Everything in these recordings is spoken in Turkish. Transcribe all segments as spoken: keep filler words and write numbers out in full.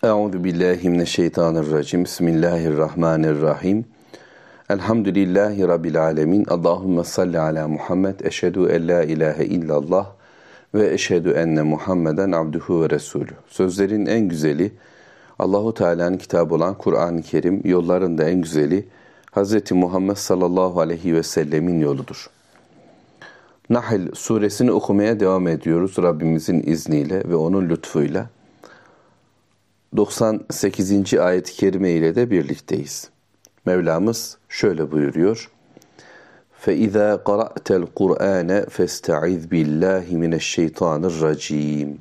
Euzu billahi mineşşeytanirracim. Bismillahirrahmanirrahim. Elhamdülillahi rabbil alamin. Allahumme salli ala Muhammed. Eşhedü en la ilahe illallah ve eşhedü enne Muhammeden abduhu ve resulü. Sözlerin en güzeli Allahu Teala'nın kitabı olan Kur'an-ı Kerim, yolların da en güzeli Hz. Muhammed sallallahu aleyhi ve sellemin yoludur. Nahl suresini okumaya devam ediyoruz Rabbimizin izniyle ve onun lütfuyla. doksan sekizinci ayet-i kerime ile de birlikteyiz. Mevlamız şöyle buyuruyor. فَاِذَا قَرَأْتَ الْقُرْآنَ فَاسْتَعِذْ بِاللّٰهِ مِنَ الشَّيْطَانِ الرَّجِيمِ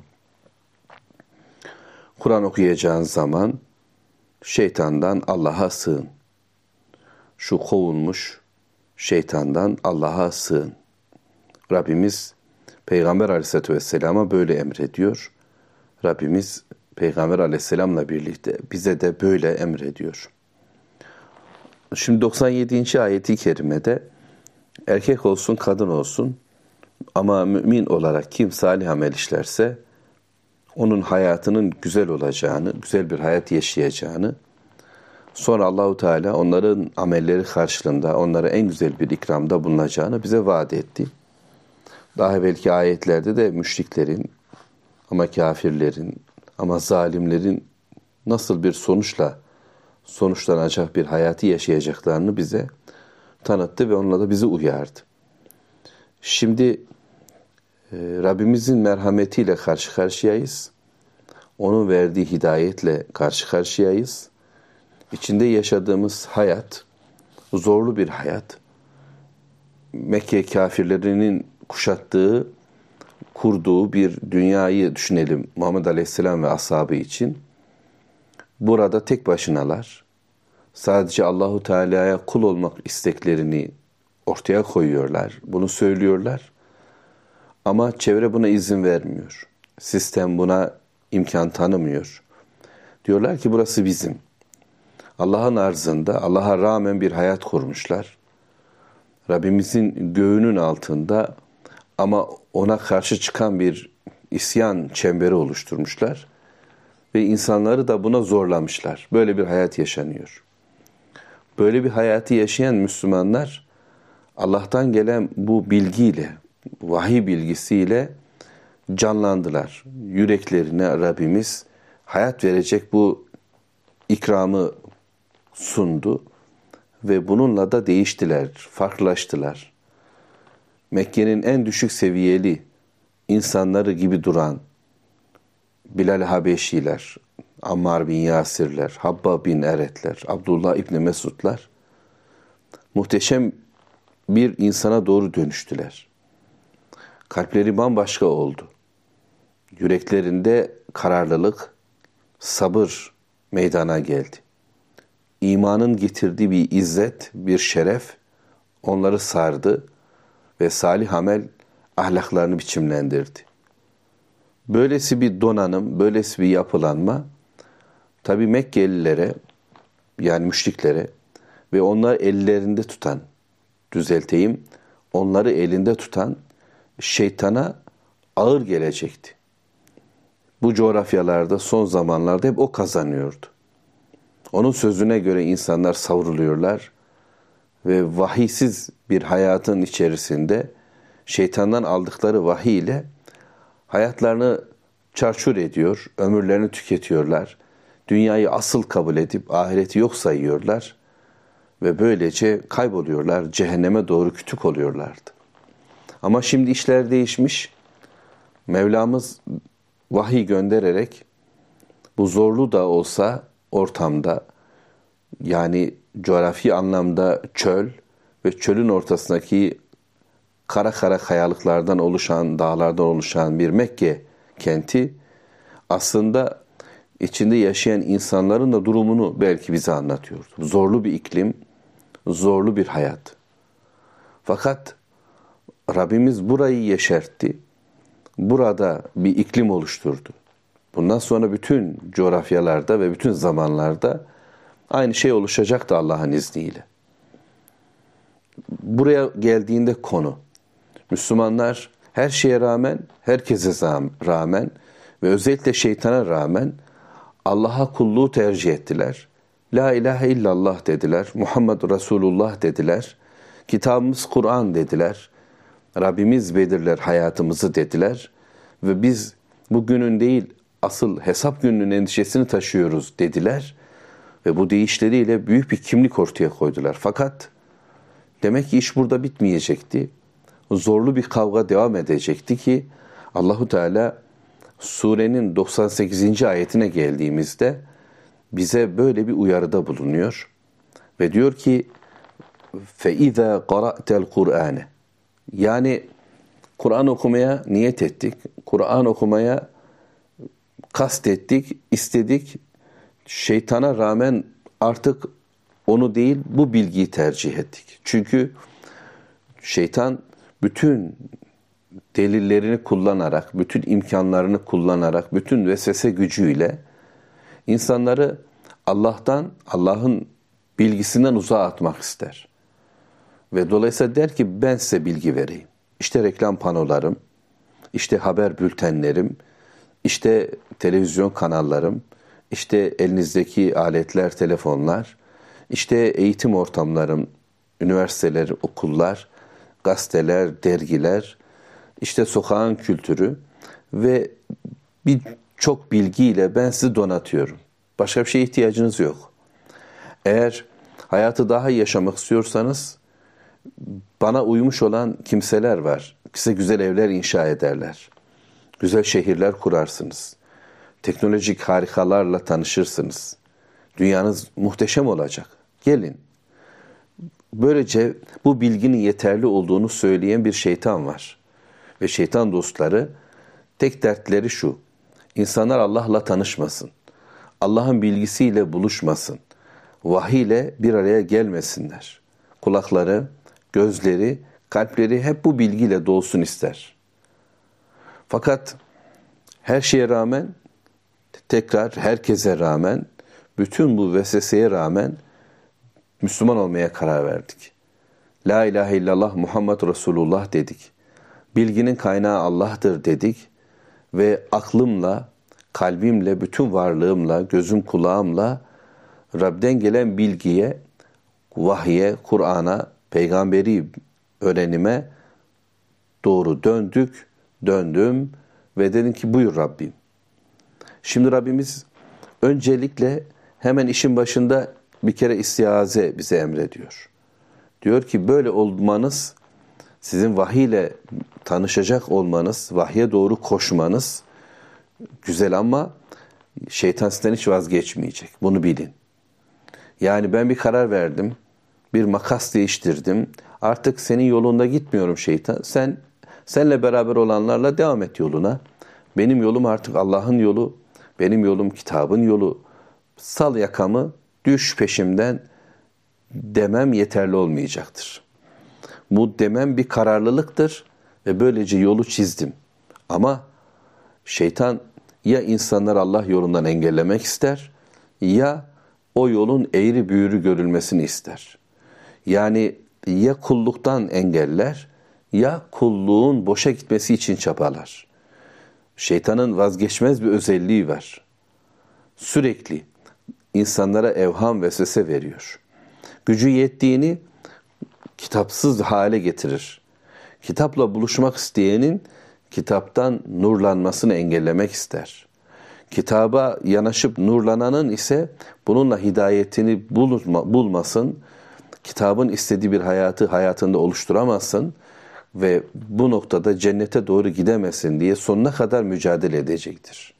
Kur'an okuyacağın zaman şeytandan Allah'a sığın. Şu kovulmuş şeytandan Allah'a sığın. Rabbimiz Peygamber Aleyhisselatü Vesselam'a böyle emrediyor. Rabbimiz Peygamber Aleyhisselam'la birlikte bize de böyle emrediyor. Şimdi doksan yedinci ayeti kerimede erkek olsun kadın olsun ama mümin olarak kim salih amel işlerse onun hayatının güzel olacağını, güzel bir hayat yaşayacağını, sonra Allahu Teala onların amelleri karşılığında onlara en güzel bir ikramda bulunacağını bize vaat etti. Daha evvelki ayetlerde de müşriklerin ama kafirlerin ama zalimlerin nasıl bir sonuçla sonuçlanacak bir hayatı yaşayacaklarını bize tanıttı ve onunla da bizi uyardı. Şimdi e, Rabbimizin merhametiyle karşı karşıyayız. Onun verdiği hidayetle karşı karşıyayız. İçinde yaşadığımız hayat zorlu bir hayat. Mekke kafirlerinin kuşattığı, kurduğu bir dünyayı düşünelim Muhammed Aleyhisselam ve ashabı için. Burada tek başınalar. Sadece Allahu Teala'ya kul olmak isteklerini ortaya koyuyorlar. Bunu söylüyorlar. Ama çevre buna izin vermiyor. Sistem buna imkan tanımıyor. Diyorlar ki burası bizim. Allah'ın arzında Allah'a rağmen bir hayat kurmuşlar. Rabbimizin göğünün altında ama ona karşı çıkan bir isyan çemberi oluşturmuşlar. Ve insanları da buna zorlamışlar. Böyle bir hayat yaşanıyor. Böyle bir hayatı yaşayan Müslümanlar Allah'tan gelen bu bilgiyle, vahiy bilgisiyle canlandılar. Yüreklerine Rabbimiz hayat verecek bu ikramı sundu ve bununla da değiştiler, farklılaştılar. Mekke'nin en düşük seviyeli insanları gibi duran Bilal Habeşiler, Ammar bin Yasirler, Habba bin Eretler, Abdullah İbni Mesudlar muhteşem bir insana doğru dönüştüler. Kalpleri bambaşka oldu. Yüreklerinde kararlılık, sabır meydana geldi. İmanın getirdiği bir izzet, bir şeref onları sardı ve salih amel ahlaklarını biçimlendirdi. Böylesi bir donanım, böylesi bir yapılanma tabi Mekkelilere yani müşriklere ve onları ellerinde tutan, düzelteyim, onları elinde tutan şeytana ağır gelecekti. Bu coğrafyalarda son zamanlarda hep o kazanıyordu. Onun sözüne göre insanlar savruluyorlar ve vahiysiz bir hayatın içerisinde şeytandan aldıkları vahiy ile hayatlarını çarçur ediyor, ömürlerini tüketiyorlar. Dünyayı asıl kabul edip ahireti yok sayıyorlar ve böylece kayboluyorlar, cehenneme doğru kütük oluyorlardı. Ama şimdi işler değişmiş. Mevlamız vahiy göndererek bu zorlu da olsa ortamda, yani coğrafi anlamda çöl ve çölün ortasındaki kara kara kayalıklardan oluşan, dağlardan oluşan bir Mekke kenti aslında içinde yaşayan insanların da durumunu belki bize anlatıyor. Zorlu bir iklim, zorlu bir hayat. Fakat Rabbimiz burayı yeşertti. Burada bir iklim oluşturdu. Bundan sonra bütün coğrafyalarda ve bütün zamanlarda aynı şey oluşacaktı Allah'ın izniyle. Buraya geldiğinde konu, Müslümanlar her şeye rağmen, herkese rağmen ve özellikle şeytana rağmen Allah'a kulluğu tercih ettiler. La ilahe illallah dediler. Muhammed Resulullah dediler. Kitabımız Kur'an dediler. Rabbimiz belirler hayatımızı dediler. Ve biz bugünün değil asıl hesap gününün endişesini taşıyoruz dediler. Ve bu deyişleriyle büyük bir kimlik ortaya koydular. Fakat demek ki iş burada bitmeyecekti. Zorlu bir kavga devam edecekti ki Allahu Teala surenin doksan sekizinci ayetine geldiğimizde bize böyle bir uyarıda bulunuyor. Ve diyor ki فَاِذَا قَرَأْتَ الْقُرْآنِ Yani Kur'an okumaya niyet ettik. Kur'an okumaya kastettik, istedik. Şeytana rağmen artık onu değil bu bilgiyi tercih ettik. Çünkü şeytan bütün delillerini kullanarak, bütün imkanlarını kullanarak, bütün vesvese gücüyle insanları Allah'tan, Allah'ın bilgisinden uzağa atmak ister. Ve dolayısıyla der ki ben size bilgi vereyim. İşte reklam panolarım, işte haber bültenlerim, işte televizyon kanallarım, işte elinizdeki aletler, telefonlar, işte eğitim ortamlarım, üniversiteler, okullar, gazeteler, dergiler, işte sokağın kültürü ve birçok bilgiyle ben sizi donatıyorum. Başka bir şeye ihtiyacınız yok. Eğer hayatı daha iyi yaşamak istiyorsanız bana uymuş olan kimseler var. Size güzel evler inşa ederler. Güzel şehirler kurarsınız. Teknolojik harikalarla tanışırsınız. Dünyanız muhteşem olacak. Gelin. Böylece bu bilginin yeterli olduğunu söyleyen bir şeytan var. Ve şeytan dostları tek dertleri şu. İnsanlar Allah'la tanışmasın. Allah'ın bilgisiyle buluşmasın. Vahiy ile bir araya gelmesinler. Kulakları, gözleri, kalpleri hep bu bilgiyle dolsun ister. Fakat her şeye rağmen, tekrar herkese rağmen, bütün bu vesveseye rağmen Müslüman olmaya karar verdik. La ilahe illallah Muhammed Resulullah dedik. Bilginin kaynağı Allah'tır dedik. Ve aklımla, kalbimle, bütün varlığımla, gözüm kulağımla Rab'den gelen bilgiye, vahye, Kur'an'a, peygamberi öğrenime doğru döndük, döndüm ve dedim ki buyur Rabbim. Şimdi Rabbimiz öncelikle hemen işin başında bir kere istiaze bize emrediyor. Diyor ki böyle olmanız, sizin vahiy ile tanışacak olmanız, vahye doğru koşmanız güzel ama şeytan sizden hiç vazgeçmeyecek. Bunu bilin. Yani ben bir karar verdim, bir makas değiştirdim. Artık senin yolunda gitmiyorum şeytan. Sen senle beraber olanlarla devam et yoluna. Benim yolum artık Allah'ın yolu. Benim yolum kitabın yolu. Sal yakamı, düş peşimden demem yeterli olmayacaktır. Bu demem bir kararlılıktır ve böylece yolu çizdim. Ama şeytan ya insanları Allah yolundan engellemek ister ya o yolun eğri büğrü görülmesini ister. Yani ya kulluktan engeller ya kulluğun boşa gitmesi için çabalar. Şeytanın vazgeçmez bir özelliği var. Sürekli insanlara evham vesvese veriyor. Gücü yettiğini kitapsız hale getirir. Kitapla buluşmak isteyenin kitaptan nurlanmasını engellemek ister. Kitaba yanaşıp nurlananın ise bununla hidayetini bulma, bulmasın, kitabın istediği bir hayatı hayatında oluşturamazsın ve bu noktada cennete doğru gidemesin diye sonuna kadar mücadele edecektir.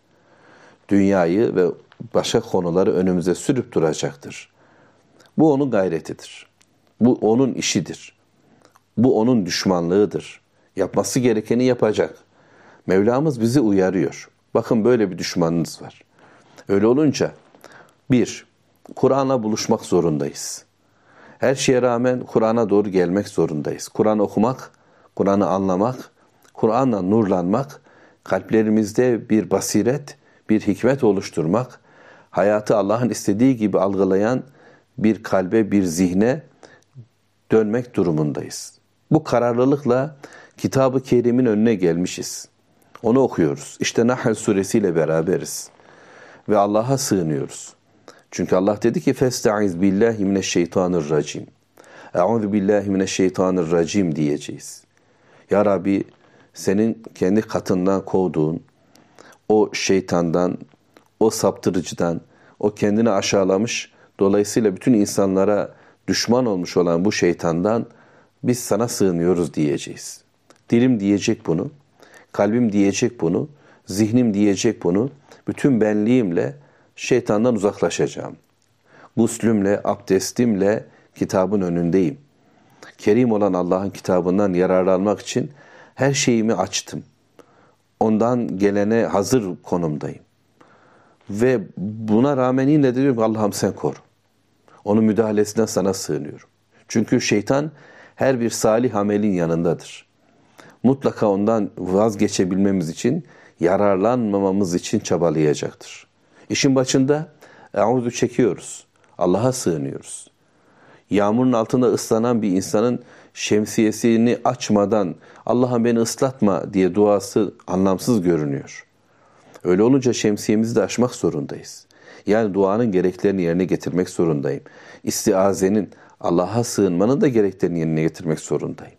Dünyayı ve başka konuları önümüze sürüp duracaktır. Bu onun gayretidir. Bu onun işidir. Bu onun düşmanlığıdır. Yapması gerekeni yapacak. Mevlamız bizi uyarıyor. Bakın böyle bir düşmanınız var. Öyle olunca bir, Kur'an'la buluşmak zorundayız. Her şeye rağmen Kur'an'a doğru gelmek zorundayız. Kur'an okumak, Kur'an'ı anlamak, Kur'an'la nurlanmak, kalplerimizde bir basiret, bir hikmet oluşturmak, hayatı Allah'ın istediği gibi algılayan bir kalbe, bir zihne dönmek durumundayız. Bu kararlılıkla Kitab-ı Kerim'in önüne gelmişiz. Onu okuyoruz. İşte Nahl suresiyle beraberiz. ve Allah'a sığınıyoruz. Çünkü Allah dedi ki festaiz billahi mineşşeytanirracim. Euzu billahi mineşşeytanirracim diyeceğiz. Ya Rabbi, senin kendi katından kovduğun o şeytandan, o saptırıcıdan, o kendini aşağılamış, dolayısıyla bütün insanlara düşman olmuş olan bu şeytandan biz sana sığınıyoruz diyeceğiz. Dilim diyecek bunu, kalbim diyecek bunu, zihnim diyecek bunu, bütün benliğimle şeytandan uzaklaşacağım. Guslümle, abdestimle kitabın önündeyim. Kerim olan Allah'ın kitabından yararlanmak için her şeyimi açtım. Ondan gelene hazır konumdayım. Ve buna rağmen yine de diyorum Allah'ım sen koru. Onun müdahalesinden sana sığınıyorum. Çünkü şeytan her bir salih amelin yanındadır. Mutlaka ondan vazgeçebilmemiz için, yararlanmamamız için çabalayacaktır. İşin başında Eûzü çekiyoruz. Allah'a sığınıyoruz. Yağmurun altında ıslanan bir insanın şemsiyesini açmadan Allah'ım beni ıslatma diye duası anlamsız görünüyor. Öyle olunca şemsiyemizi de açmak zorundayız. Yani duanın gereklerini yerine getirmek zorundayım. İstiazenin, Allah'a sığınmanın da gereklerini yerine getirmek zorundayım.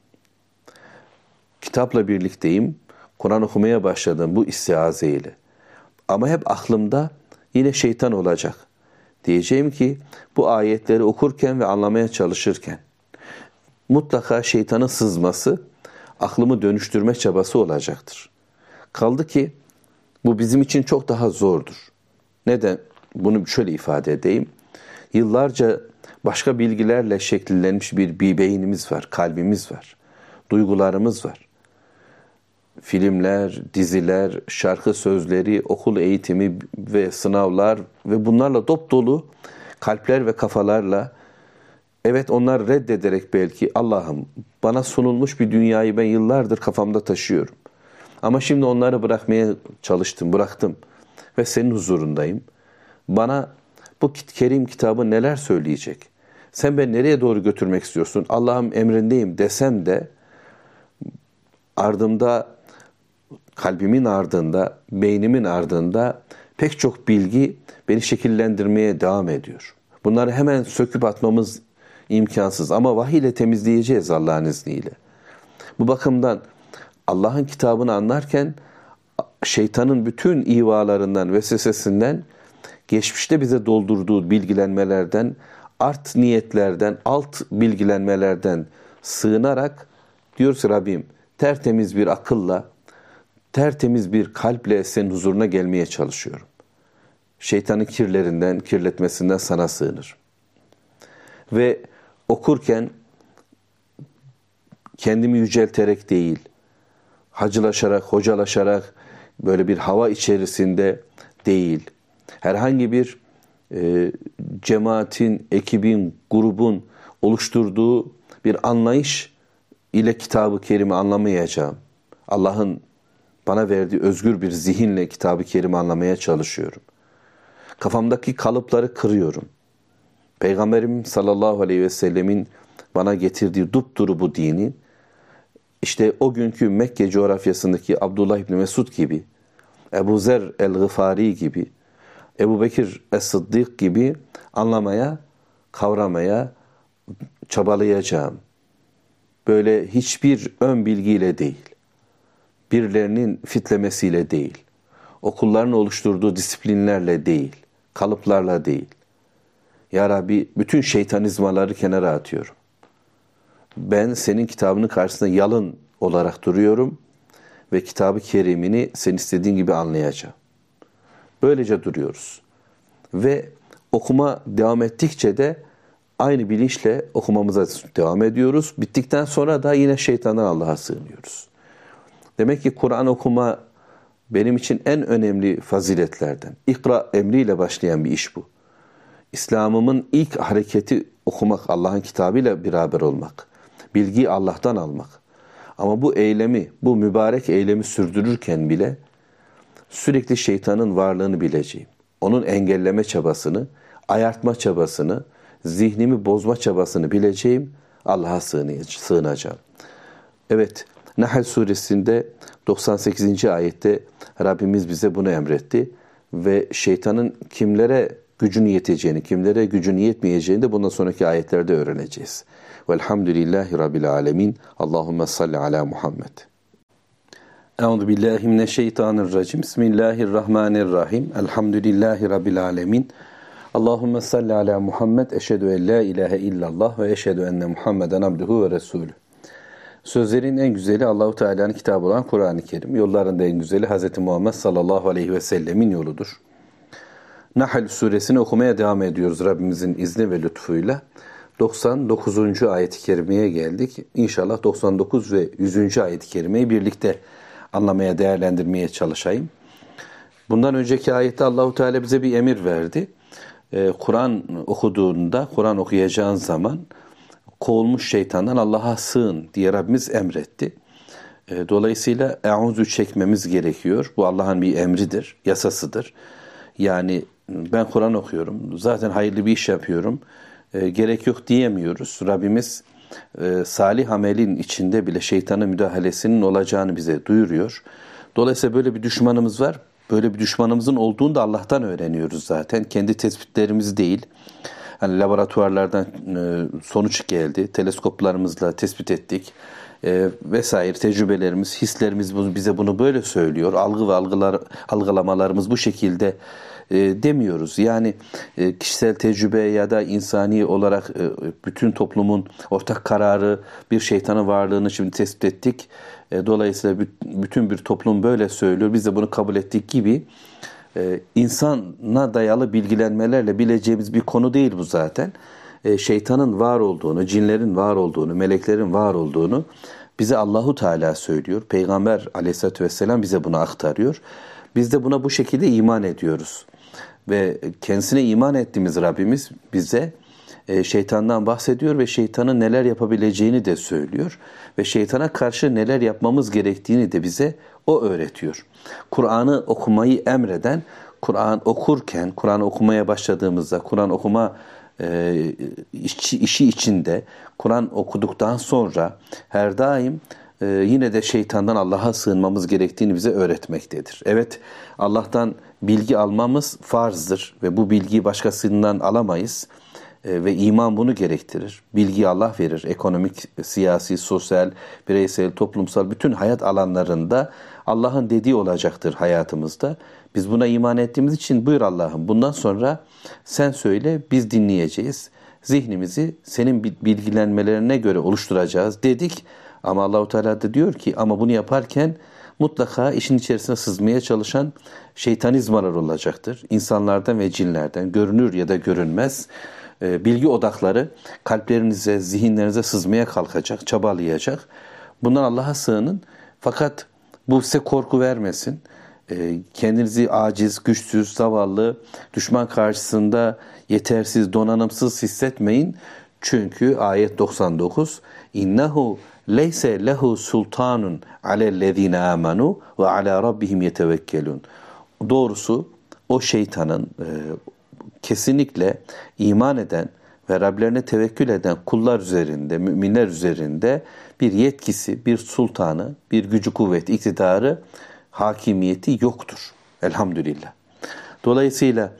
Kitapla birlikteyim. Kur'an okumaya başladım bu istiaze ile. Ama hep aklımda yine şeytan olacak. Diyeceğim ki bu ayetleri okurken ve anlamaya çalışırken mutlaka şeytanın sızması, aklımı dönüştürme çabası olacaktır. Kaldı ki bu bizim için çok daha zordur. Neden? Bunu şöyle ifade edeyim. Yıllarca başka bilgilerle şekillenmiş bir, bir beynimiz var, kalbimiz var, duygularımız var. Filmler, diziler, şarkı sözleri, okul eğitimi ve sınavlar ve bunlarla dop dolu kalpler ve kafalarla, evet onlar reddederek belki Allah'ım bana sunulmuş bir dünyayı ben yıllardır kafamda taşıyorum. Ama şimdi onları bırakmaya çalıştım, bıraktım ve senin huzurundayım. Bana bu Kerim kitabı neler söyleyecek? Sen beni nereye doğru götürmek istiyorsun? Allah'ım emrindeyim desem de ardımda, kalbimin ardında, beynimin ardında pek çok bilgi beni şekillendirmeye devam ediyor. Bunları hemen söküp atmamız imkansız ama vahiy ile temizleyeceğiz Allah'ın izniyle. Bu bakımdan Allah'ın kitabını anlarken şeytanın bütün ivalarından, vesvesesinden, geçmişte bize doldurduğu bilgilenmelerden, art niyetlerden, alt bilgilenmelerden sığınarak diyoruz Rabbim tertemiz bir akılla, tertemiz bir kalple senin huzuruna gelmeye çalışıyorum. Şeytanın kirlerinden, kirletmesinden sana sığınır. Ve okurken kendimi yücelterek değil, hacılaşarak, hocalaşarak, böyle bir hava içerisinde değil, herhangi bir e, cemaatin, ekibin, grubun oluşturduğu bir anlayış ile Kitab-ı Kerim'i anlamayacağım. Allah'ın bana verdiği özgür bir zihinle Kitab-ı Kerim'i anlamaya çalışıyorum. Kafamdaki kalıpları kırıyorum. Peygamberim sallallahu aleyhi ve sellemin bana getirdiği dupduru bu dini, işte o günkü Mekke coğrafyasındaki Abdullah İbni Mesud gibi, Ebu Zer el-Gıfari gibi, Ebu Bekir es-Sıddık gibi anlamaya, kavramaya çabalayacağım. Böyle hiçbir ön bilgiyle değil, birilerinin fitlemesiyle değil, okulların oluşturduğu disiplinlerle değil, kalıplarla değil. Ya Rabbi bütün şeytanizmaları kenara atıyorum. Ben senin kitabının karşısında yalın olarak duruyorum ve Kitab-ı Kerim'ini sen istediğin gibi anlayacağım. Böylece duruyoruz. Ve okuma devam ettikçe de aynı bilinçle okumamıza devam ediyoruz. Bittikten sonra da yine şeytandan Allah'a sığınıyoruz. Demek ki Kur'an okuma benim için en önemli faziletlerden. İkra emriyle başlayan bir iş bu. İslam'ımın ilk hareketi okumak, Allah'ın kitabıyla beraber olmak. Bilgiyi Allah'tan almak. Ama bu eylemi, bu mübarek eylemi sürdürürken bile sürekli şeytanın varlığını bileceğim. Onun engelleme çabasını, ayartma çabasını, zihnimi bozma çabasını bileceğim. Allah'a sığınacağım. Evet, Nahl suresinde doksan sekizinci ayette Rabbimiz bize bunu emretti. ve şeytanın kimlere gücünü yeteceğini, kimlere gücünü yetmeyeceğini de bundan sonraki ayetlerde öğreneceğiz. Velhamdülillahi Rabbil alemin. Allahümme salli ala Muhammed. Euzu billahi mineşşeytanirracim. Bismillahirrahmanirrahim. Elhamdülillahi Rabbil alemin. Allahümme salli ala Muhammed. Eşhedü en la ilahe illallah ve eşhedü enne Muhammeden abduhu ve resulü. Sözlerin en güzeli Allahu Teala'nın kitabı olan Kur'an-ı Kerim. Yolların da en güzeli Hz. Muhammed sallallahu aleyhi ve sellemin yoludur. Nahl suresini okumaya devam ediyoruz Rabbimizin izni ve lütfuyla. doksan dokuzuncu ayet-i kerimeye geldik. İnşallah doksan dokuz ve yüzüncü ayet-i kerimeyi birlikte anlamaya, değerlendirmeye çalışayım. Bundan önceki ayette Allahu Teala bize bir emir verdi. Ee, Kur'an okuduğunda, Kur'an okuyacağın zaman kovulmuş şeytandan Allah'a sığın diye Rabbimiz emretti. Ee, dolayısıyla eûzü çekmemiz gerekiyor. Bu Allah'ın bir emridir, yasasıdır. Yani ben Kur'an okuyorum, zaten hayırlı bir iş yapıyorum, e, gerek yok diyemiyoruz. Rabbimiz e, salih amelin içinde bile şeytanın müdahalesinin olacağını bize duyuruyor. Dolayısıyla böyle bir düşmanımız var. Böyle bir düşmanımızın olduğunu da Allah'tan öğreniyoruz zaten. Kendi tespitlerimiz değil. Hani laboratuvarlardan e, sonuç geldi, teleskoplarımızla tespit ettik e, vesaire tecrübelerimiz, hislerimiz bunu, bize bunu böyle söylüyor. Algı ve algılar, algılamalarımız bu şekilde e, demiyoruz. Yani e, kişisel tecrübe ya da insani olarak e, bütün toplumun ortak kararı bir şeytanın varlığını şimdi tespit ettik. E, dolayısıyla bütün bir toplum böyle söylüyor. Biz de bunu kabul ettik gibi. Ee, insana dayalı bilgilenmelerle bileceğimiz bir konu değil bu zaten. Ee, şeytanın var olduğunu, cinlerin var olduğunu, meleklerin var olduğunu bize Allahu Teala söylüyor. Peygamber Aleyhisselatü Vesselam bize bunu aktarıyor. Biz de buna bu şekilde iman ediyoruz. Ve kendisine iman ettiğimiz Rabbimiz bize e, şeytandan bahsediyor ve şeytanın neler yapabileceğini de söylüyor. Ve şeytana karşı neler yapmamız gerektiğini de bize o öğretiyor. Kur'an'ı okumayı emreden, Kur'an okurken, Kur'an okumaya başladığımızda, Kur'an okuma e, işi, işi içinde, Kur'an okuduktan sonra her daim e, yine de şeytandan Allah'a sığınmamız gerektiğini bize öğretmektedir. Evet, Allah'tan bilgi almamız farzdır ve bu bilgiyi başkasından alamayız. E, ve iman bunu gerektirir. Bilgiyi Allah verir. Ekonomik, siyasi, sosyal, bireysel, toplumsal bütün hayat alanlarında Allah'ın dediği olacaktır hayatımızda. Biz buna iman ettiğimiz için buyur Allah'ım bundan sonra sen söyle biz dinleyeceğiz. Zihnimizi senin bilgilenmelerine göre oluşturacağız dedik. Ama Allah-u Teala da diyor ki ama bunu yaparken mutlaka işin içerisine sızmaya çalışan şeytanizmalar olacaktır. İnsanlardan ve cinlerden görünür ya da görünmez bilgi odakları kalplerinize, zihinlerinize sızmaya kalkacak, çabalayacak. Bundan Allah'a sığının. Fakat bu size korku vermesin. Kendinizi aciz, güçsüz, zavallı, düşman karşısında yetersiz, donanımsız hissetmeyin. Çünkü ayet doksan dokuz İnnehu leyse lehu sultanun alellezine amanu ve ala rabbihim yetevekkelun. Doğrusu o şeytanın kesinlikle iman eden ve Rablerine tevekkül eden kullar üzerinde, müminler üzerinde bir yetkisi, bir sultanı, bir gücü, kuvveti, iktidarı, hakimiyeti yoktur. Elhamdülillah. Dolayısıyla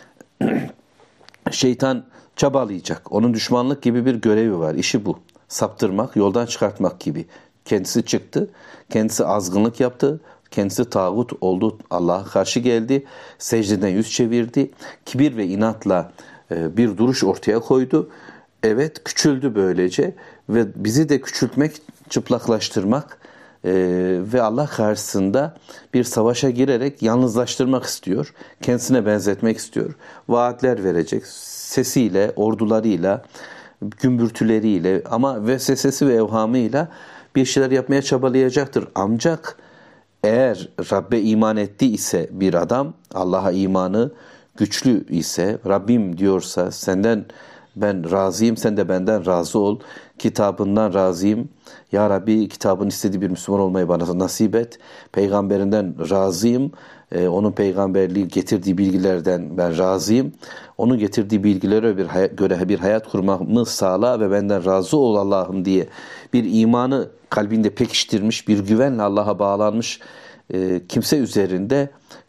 şeytan çabalayacak. Onun düşmanlık gibi bir görevi var. İşi bu. Saptırmak, yoldan çıkartmak gibi. Kendisi çıktı, kendisi azgınlık yaptı, kendisi tağut oldu, Allah'a karşı geldi, secdeden yüz çevirdi, kibir ve inatla e, bir duruş ortaya koydu. Evet, küçüldü böylece ve bizi de küçültmek, çıplaklaştırmak e, ve Allah karşısında bir savaşa girerek yalnızlaştırmak istiyor. Kendisine benzetmek istiyor. Vaatler verecek, sesiyle, ordularıyla, gümbürtüleriyle ama vesvesesi ve evhamıyla bir şeyler yapmaya çabalayacaktır. Ancak eğer Rabbe iman etti ise bir adam, Allah'a imanı güçlü ise, Rabbim diyorsa senden ben razıyım, sen de benden razı ol, kitabından razıyım, ya Rabbi kitabın istediği bir Müslüman olmayı bana nasip et, peygamberinden razıyım, ee, onun peygamberliği getirdiği bilgilerden ben razıyım, onun getirdiği bilgilere bir hayat, göre bir hayat kurmamı sağla ve benden razı ol Allah'ım diye bir imanı kalbinde pekiştirmiş, bir güvenle Allah'a bağlanmış e, kimse üzerinde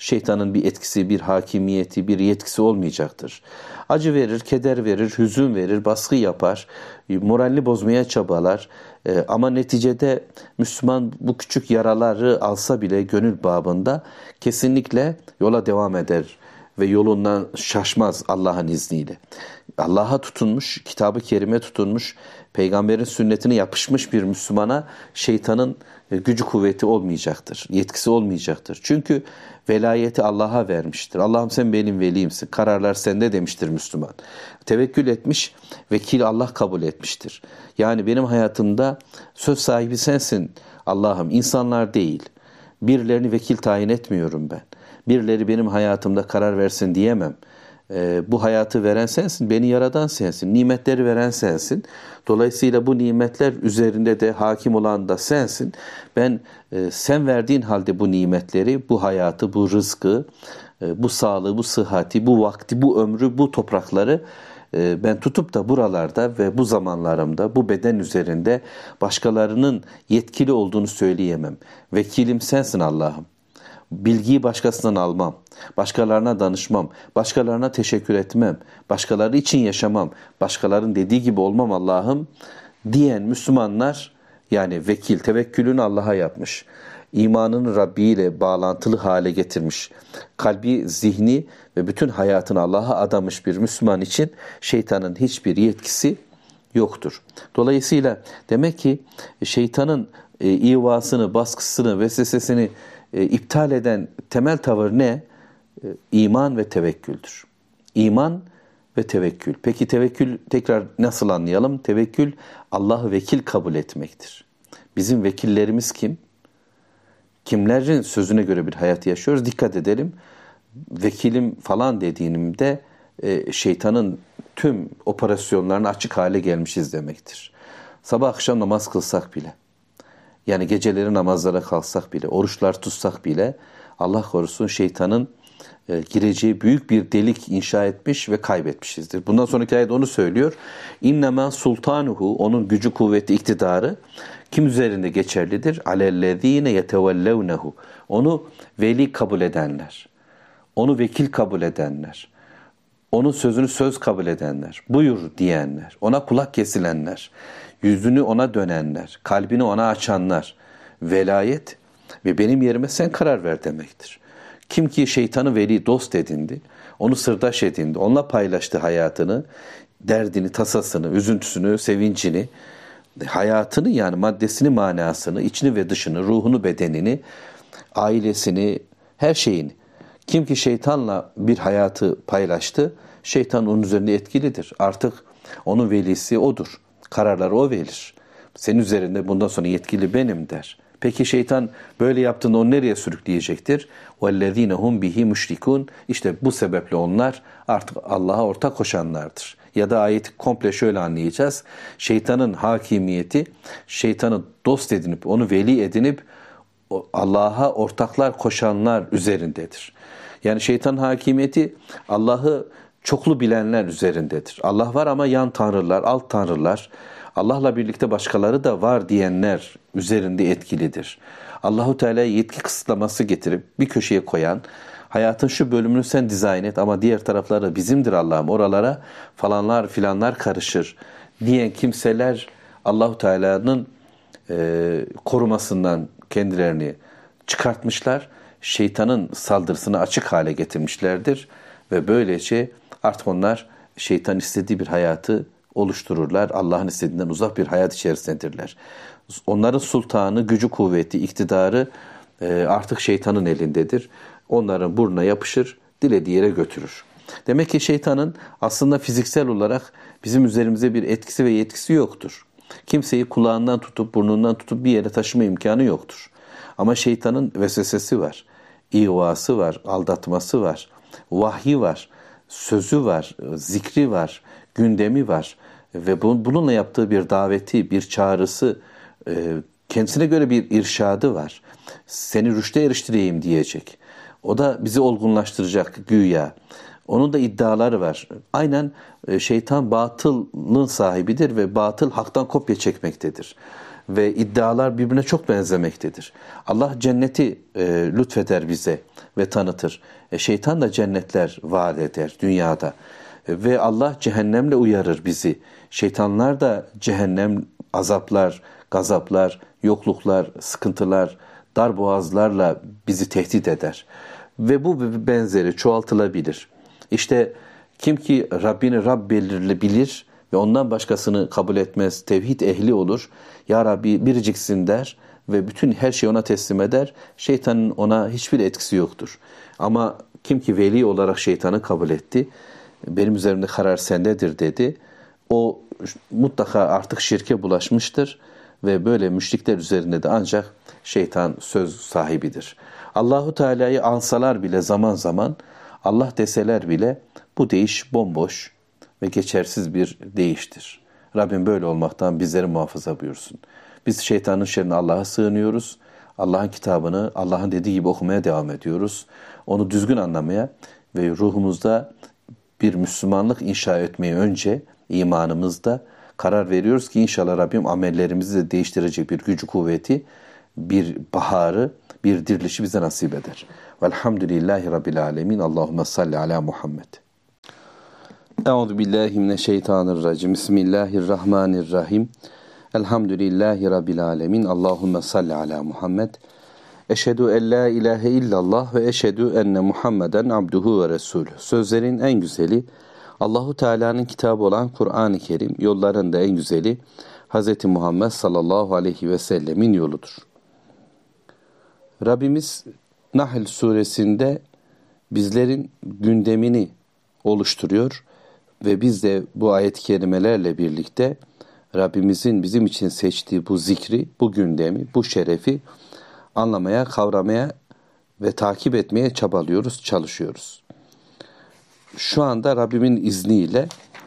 şeytanın bir etkisi, bir hakimiyeti, bir yetkisi olmayacaktır. Acı verir, keder verir, hüzün verir, baskı yapar, moralini bozmaya çabalar. E, ama neticede Müslüman bu küçük yaraları alsa bile gönül babında kesinlikle yola devam eder ve yolundan şaşmaz Allah'ın izniyle. Allah'a tutunmuş, Kitab-ı Kerim'e tutunmuş, Peygamberin sünnetine yapışmış bir Müslümana şeytanın gücü kuvveti olmayacaktır, yetkisi olmayacaktır. Çünkü velayeti Allah'a vermiştir. Allah'ım sen benim velimsin, kararlar sende demiştir Müslüman. Tevekkül etmiş, vekil Allah kabul etmiştir. Yani benim hayatımda söz sahibi sensin Allah'ım, insanlar değil. Birilerini vekil tayin etmiyorum ben. Birileri benim hayatımda karar versin diyemem. Ee, bu hayatı veren sensin, beni yaradan sensin, nimetleri veren sensin. Dolayısıyla bu nimetler üzerinde de hakim olan da sensin. Ben e, sen verdiğin halde bu nimetleri, bu hayatı, bu rızkı, e, bu sağlığı, bu sıhhati, bu vakti, bu ömrü, bu toprakları e, ben tutup da buralarda ve bu zamanlarımda, bu beden üzerinde başkalarının yetkili olduğunu söyleyemem. Vekilim sensin Allah'ım. Bilgiyi başkasından almam, başkalarına danışmam, başkalarına teşekkür etmem, başkaları için yaşamam, başkalarının dediği gibi olmam Allah'ım diyen Müslümanlar, yani vekil, tevekkülünü Allah'a yapmış, imanını Rabbi ile bağlantılı hale getirmiş, kalbi, zihni ve bütün hayatını Allah'a adamış bir Müslüman için şeytanın hiçbir yetkisi yoktur. Dolayısıyla demek ki şeytanın e, ivasını, baskısını, vesvesesini E, iptal eden temel tavır ne? E, iman ve tevekküldür. İman ve tevekkül. Peki tevekkül tekrar nasıl anlayalım? Tevekkül Allah'ı vekil kabul etmektir. Bizim vekillerimiz kim? Kimlerin sözüne göre bir hayat yaşıyoruz? Dikkat edelim. Vekilim falan dediğimde e, şeytanın tüm operasyonlarına açık hale gelmişiz demektir. Sabah akşam namaz kılsak bile, yani geceleri namazlara kalksak bile, oruçlar tutsak bile Allah korusun şeytanın e, gireceği büyük bir delik inşa etmiş ve kaybetmişizdir. Bundan sonraki ayet onu söylüyor. İnnemâ sultanuhu, onun gücü, kuvveti, iktidarı kim üzerinde geçerlidir? Alellezîne yetevellevnehu, onu veli kabul edenler, onu vekil kabul edenler, onun sözünü söz kabul edenler, buyur diyenler, ona kulak kesilenler, yüzünü ona dönenler, kalbini ona açanlar. Velayet ve benim yerime sen karar ver demektir. Kim ki şeytanı veli dost edindi, onu sırdaş edindi, onunla paylaştı hayatını, derdini, tasasını, üzüntüsünü, sevincini, hayatını, yani maddesini, manasını, içini ve dışını, ruhunu, bedenini, ailesini, her şeyini. Kim ki şeytanla bir hayatı paylaştı, şeytan onun üzerinde etkilidir. Artık onun velisi odur. Kararları o verir. Senin üzerinde bundan sonra yetkili benim der. Peki şeytan böyle yaptığında onu nereye sürükleyecektir? وَالَّذ۪ينَ هُمْ بِهِ مُشْرِكُونَ. İşte bu sebeple onlar artık Allah'a ortak koşanlardır. Ya da ayeti komple şöyle anlayacağız. Şeytanın hakimiyeti, şeytanı dost edinip, onu veli edinip Allah'a ortaklar koşanlar üzerindedir. Yani şeytanın hakimiyeti Allah'ı çoklu bilenler üzerindedir. Allah var ama yan tanrılar, alt tanrılar, Allah'la birlikte başkaları da var diyenler üzerinde etkilidir. Allahu Teala yetki kısıtlaması getirip bir köşeye koyan, hayatın şu bölümünü sen dizayn et ama diğer tarafları bizimdir Allah'ım, oralara falanlar filanlar karışır diyen kimseler Allahu Teala'nın e, korumasından kendilerini çıkartmışlar. Şeytanın saldırısını açık hale getirmişlerdir ve böylece artık onlar şeytan istediği bir hayatı oluştururlar. Allah'ın istediğinden uzak bir hayat içerisindedirler. Onların sultanı, gücü, kuvveti, iktidarı artık şeytanın elindedir. Onların burnuna yapışır, dilediği yere götürür. Demek ki şeytanın aslında fiziksel olarak bizim üzerimize bir etkisi ve yetkisi yoktur. Kimseyi kulağından tutup, burnundan tutup bir yere taşıma imkanı yoktur. Ama şeytanın vesvesesi var, ihvası var, aldatması var, vahyi var, sözü var, zikri var, gündemi var ve bununla yaptığı bir daveti, bir çağrısı, kendisine göre bir irşadı var. Seni rüşte eriştireyim diyecek. O da bizi olgunlaştıracak güya. Onun da iddiaları var. Aynen şeytan batılın sahibidir ve batıl haktan kopya çekmektedir. ve iddialar birbirine çok benzemektedir. Allah cenneti e, lütfeder bize ve tanıtır. E, şeytan da cennetler vaat eder dünyada. E, ve Allah cehennemle uyarır bizi. Şeytanlar da cehennem, azaplar, gazaplar, yokluklar, sıkıntılar, darboğazlarla bizi tehdit eder. Ve bu benzeri çoğaltılabilir. İşte kim ki Rabbini Rab belirlebilir ve ondan başkasını kabul etmez, tevhid ehli olur. Ya Rabbi biriciksin der ve bütün her şeyi ona teslim eder. Şeytanın ona hiçbir etkisi yoktur. Ama kim ki veli olarak şeytanı kabul etti, benim üzerimde karar sendedir dedi. O mutlaka artık şirke bulaşmıştır ve böyle müşrikler üzerinde de ancak şeytan söz sahibidir. Allahu Teala'yı ansalar bile zaman zaman, Allah deseler bile bu deyiş bomboş ve geçersiz bir deyiştir. Rabbim böyle olmaktan bizleri muhafaza buyursun. Biz şeytanın şerrine Allah'a sığınıyoruz. Allah'ın kitabını Allah'ın dediği gibi okumaya devam ediyoruz. Onu düzgün anlamaya ve ruhumuzda bir Müslümanlık inşa etmeye önce imanımızda karar veriyoruz ki inşallah Rabbim amellerimizi de değiştirecek bir gücü, kuvveti, bir baharı, bir dirilişi bize nasip eder. Velhamdülillahi Rabbil alemin. Allahümme salli ala Muhammed. Euzu billahi mineşşeytanirracim. Bismillahirrahmanirrahim. Elhamdülillahi Rabbil alemin. Allahümme salli ala Muhammed. Eşhedü en la ilahe illallah ve eşhedü enne Muhammeden abduhu ve resulü. Sözlerin en güzeli Allahu Teala'nın kitabı olan Kur'an-ı Kerim, yolların da en güzeli Hz. Muhammed sallallahu aleyhi ve sellemin yoludur. Rabbimiz Nahl suresinde bizlerin gündemini oluşturuyor ve biz de bu ayet-i kerimelerle birlikte Rabbimizin bizim için seçtiği bu zikri, bu gündemi, bu şerefi anlamaya, kavramaya ve takip etmeye çabalıyoruz, çalışıyoruz. Şu anda Rabbimin izniyle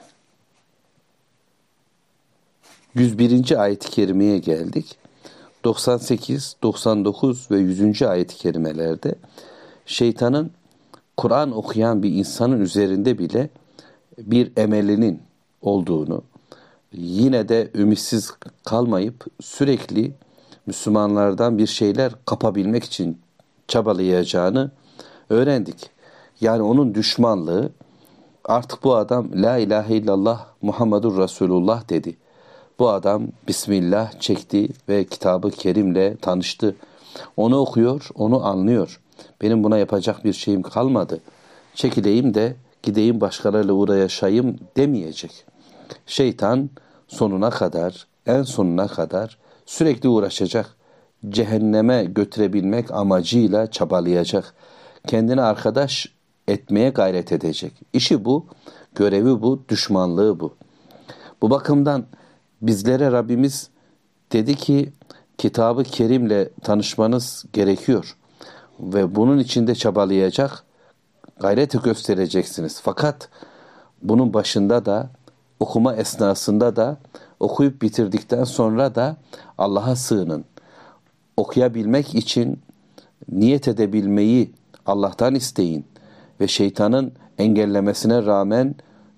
yüz birinci ayet-i kerimeye geldik. doksan sekiz, doksan dokuz ve yüzüncü ayet-i kerimelerde şeytanın Kur'an okuyan bir insanın üzerinde bile bir emelinin olduğunu, yine de ümitsiz kalmayıp sürekli Müslümanlardan bir şeyler kapabilmek için çabalayacağını öğrendik. Yani onun düşmanlığı, artık bu adam La ilahe illallah Muhammedur Resulullah dedi. Bu adam Bismillah çekti ve kitabı kerimle tanıştı. Onu okuyor, onu anlıyor. Benim buna yapacak bir şeyim kalmadı. Çekileyim de gideyim başkalarıyla uğraşayım demeyecek. Şeytan sonuna kadar, en sonuna kadar sürekli uğraşacak. Cehenneme götürebilmek amacıyla çabalayacak. Kendine arkadaş etmeye gayret edecek. İşi bu, görevi bu, düşmanlığı bu. Bu bakımdan bizlere Rabbimiz dedi ki kitabı kerimle tanışmanız gerekiyor. Ve bunun için de çabalayacak, gayreti göstereceksiniz. Fakat bunun başında da, okuma esnasında da, okuyup bitirdikten sonra da Allah'a sığının. Okuyabilmek için niyet edebilmeyi Allah'tan isteyin. Ve şeytanın engellemesine rağmen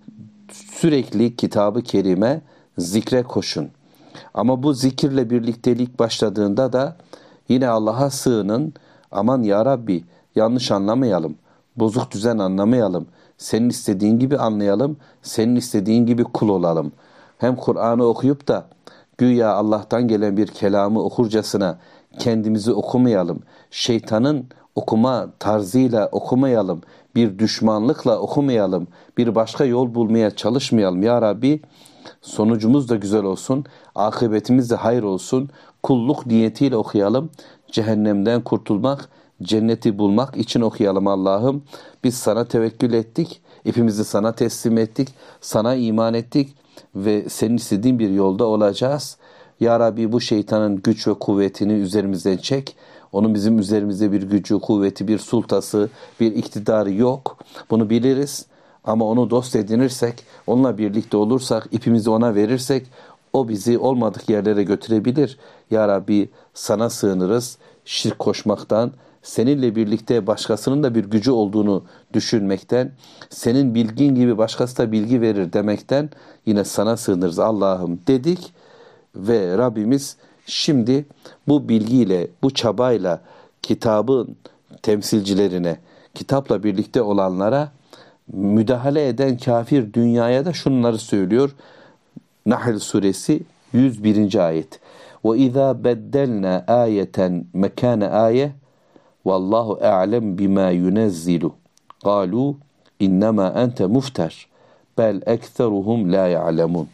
sürekli kitabı kerime, zikre koşun. Ama bu zikirle birliktelik başladığında da yine Allah'a sığının. Aman ya Rabbi yanlış anlamayalım, bozuk düzen anlamayalım, senin istediğin gibi anlayalım, senin istediğin gibi kul olalım. Hem Kur'an'ı okuyup da güya Allah'tan gelen bir kelamı okurcasına kendimizi okumayalım, şeytanın okuma tarzıyla okumayalım, bir düşmanlıkla okumayalım, bir başka yol bulmaya çalışmayalım. Ya Rabbi sonucumuz da güzel olsun, akıbetimiz de hayır olsun, kulluk niyetiyle okuyalım, cehennemden kurtulmak, cenneti bulmak için okuyalım Allah'ım. Biz sana tevekkül ettik, ipimizi sana teslim ettik, sana iman ettik ve senin istediğin bir yolda olacağız. Ya Rabbi bu şeytanın güç ve kuvvetini üzerimizden çek. Onun bizim üzerimizde bir gücü, kuvveti, bir sultası, bir iktidarı yok. Bunu biliriz ama onu dost edinirsek, onunla birlikte olursak, ipimizi ona verirsek o bizi olmadık yerlere götürebilir. Ya Rabbi sana sığınırız şirk koşmaktan, seninle birlikte başkasının da bir gücü olduğunu düşünmekten, senin bilgin gibi başkası da bilgi verir demekten yine sana sığınırız Allah'ım dedik ve Rabbimiz Şimdi bu bilgiyle, bu çabayla kitabın temsilcilerine, kitapla birlikte olanlara müdahale eden kafir dünyaya da şunları söylüyor. Nahl suresi yüz birinci ayet. وَاِذَا بَدَّلْنَا آيَةً مَكَانَ آيَةً وَاللّٰهُ اَعْلَمْ بِمَا يُنَزِّلُ قَالُوا اِنَّمَا أَنْتَ مُفْتَرٍ بَلْ اَكْثَرُهُمْ لَا يَعْلَمُونَ.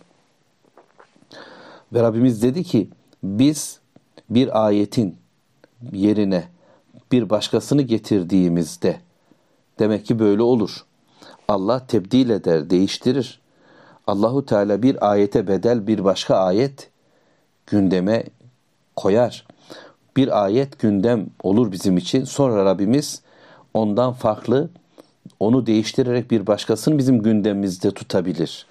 Ve Rabbimiz dedi ki, biz bir ayetin yerine bir başkasını getirdiğimizde, demek ki böyle olur. Allah tebdil eder, değiştirir. Allahu Teala bir ayete bedel bir başka ayet gündeme koyar. Bir ayet gündem olur bizim için. Sonra Rabbimiz ondan farklı, onu değiştirerek bir başkasını bizim gündemimizde tutabilir.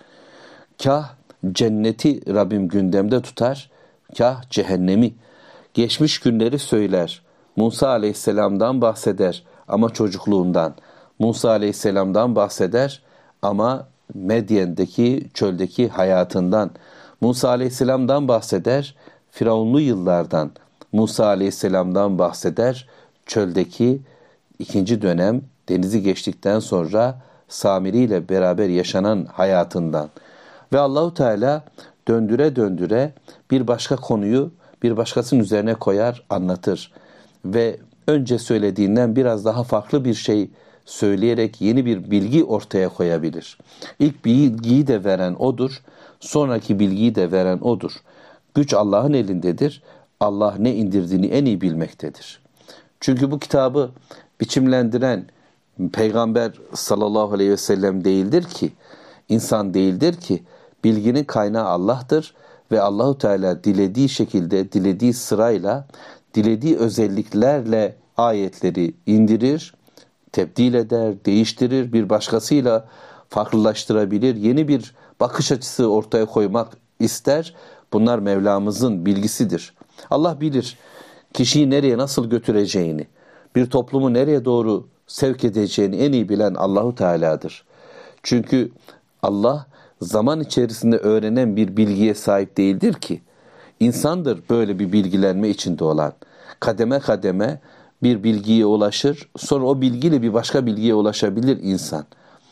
Kah cenneti Rabbim gündemde tutar, kah cehennemi. Geçmiş günleri söyler. Musa Aleyhisselam'dan bahseder ama çocukluğundan. Musa Aleyhisselam'dan bahseder ama Medyen'deki çöldeki hayatından. Musa Aleyhisselam'dan bahseder Firavunlu yıllardan. Musa Aleyhisselam'dan bahseder çöldeki ikinci dönem denizi geçtikten sonra Samiri ile beraber yaşanan hayatından. Ve Allahu Teala döndüre döndüre bir başka konuyu bir başkasının üzerine koyar, anlatır. Ve önce söylediğinden biraz daha farklı bir şey söyleyerek yeni bir bilgi ortaya koyabilir. İlk bilgiyi de veren odur, sonraki bilgiyi de veren odur. Güç Allah'ın elindedir. Allah ne indirdiğini en iyi bilmektedir. Çünkü bu kitabı biçimlendiren Peygamber sallallahu aleyhi ve sellem değildir ki, insan değildir ki, bilginin kaynağı Allah'tır ve Allahu Teala dilediği şekilde, dilediği sırayla, dilediği özelliklerle ayetleri indirir, tebdil eder, değiştirir, bir başkasıyla farklılaştırabilir, yeni bir bakış açısı ortaya koymak ister. Bunlar Mevlamızın bilgisidir. Allah bilir kişiyi nereye nasıl götüreceğini, bir toplumu nereye doğru sevk edeceğini en iyi bilen Allahu Teala'dır. Çünkü Allah zaman içerisinde öğrenen bir bilgiye sahip değildir ki. İnsandır böyle bir bilgilenme içinde olan. Kademe kademe bir bilgiye ulaşır, sonra o bilgiyle bir başka bilgiye ulaşabilir insan.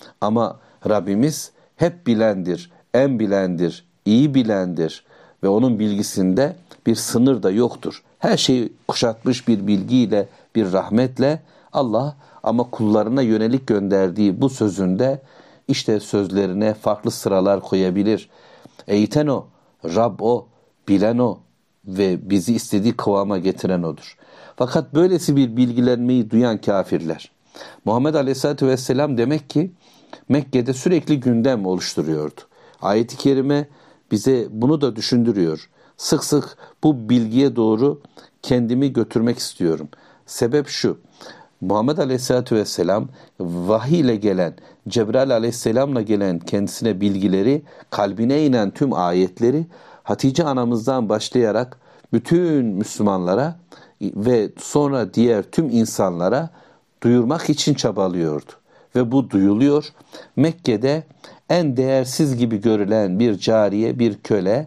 Ama Rabbimiz hep bilendir, en bilendir, iyi bilendir ve onun bilgisinde bir sınır da yoktur. Her şeyi kuşatmış bir bilgiyle, bir rahmetle Allah ama kullarına yönelik gönderdiği bu sözünde işte sözlerine farklı sıralar koyabilir. Eğiten o, Rab o, bilen o ve bizi istediği kıvama getiren odur. Fakat böylesi bir bilgilenmeyi duyan kafirler, Muhammed Aleyhisselatü Vesselam demek ki Mekke'de sürekli gündem oluşturuyordu. Ayet-i Kerime bize bunu da düşündürüyor. Sık sık bu bilgiye doğru kendimi götürmek istiyorum. Sebep şu, Muhammed Aleyhisselatü Vesselam vahiy ile gelen, Cebrail Aleyhisselam'la gelen kendisine bilgileri, kalbine inen tüm ayetleri Hatice anamızdan başlayarak bütün Müslümanlara ve sonra diğer tüm insanlara duyurmak için çabalıyordu. Ve bu duyuluyor. Mekke'de en değersiz gibi görülen bir cariye, bir köle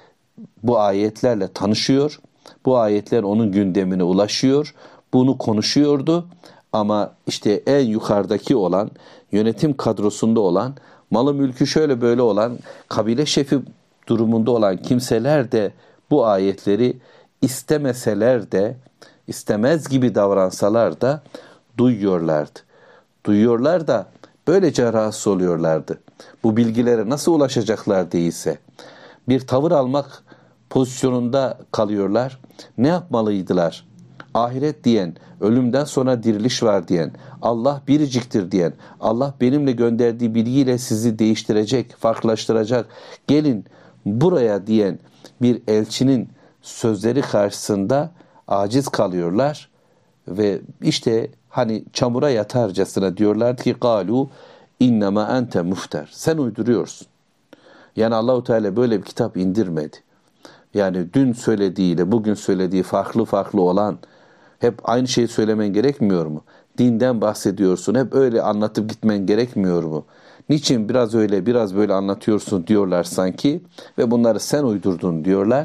bu ayetlerle tanışıyor. Bu ayetler onun gündemine ulaşıyor. Bunu konuşuyordu. Ama işte en yukarıdaki olan, yönetim kadrosunda olan, malı mülkü şöyle böyle olan, kabile şefi durumunda olan kimseler de bu ayetleri istemeseler de, istemez gibi davransalar da duyuyorlardı. Duyuyorlar da böylece rahatsız oluyorlardı. Bu bilgilere nasıl ulaşacaklar değilse bir tavır almak pozisyonunda kalıyorlar. Ne yapmalıydılar? Ahiret diyen, ölümden sonra diriliş var diyen, Allah biriciktir diyen, Allah benimle gönderdiği bilgiyle sizi değiştirecek, farklılaştıracak, gelin buraya diyen bir elçinin sözleri karşısında aciz kalıyorlar ve işte hani çamura yatarcasına diyorlardı ki galu innema ente mufter. Sen uyduruyorsun. Yani Allahu Teala böyle bir kitap indirmedi. Yani dün söylediğiyle bugün söylediği farklı farklı olan hep aynı şeyi söylemen gerekmiyor mu? Dinden bahsediyorsun. Hep öyle anlatıp gitmen gerekmiyor mu? Niçin biraz öyle biraz böyle anlatıyorsun diyorlar sanki ve bunları sen uydurdun diyorlar.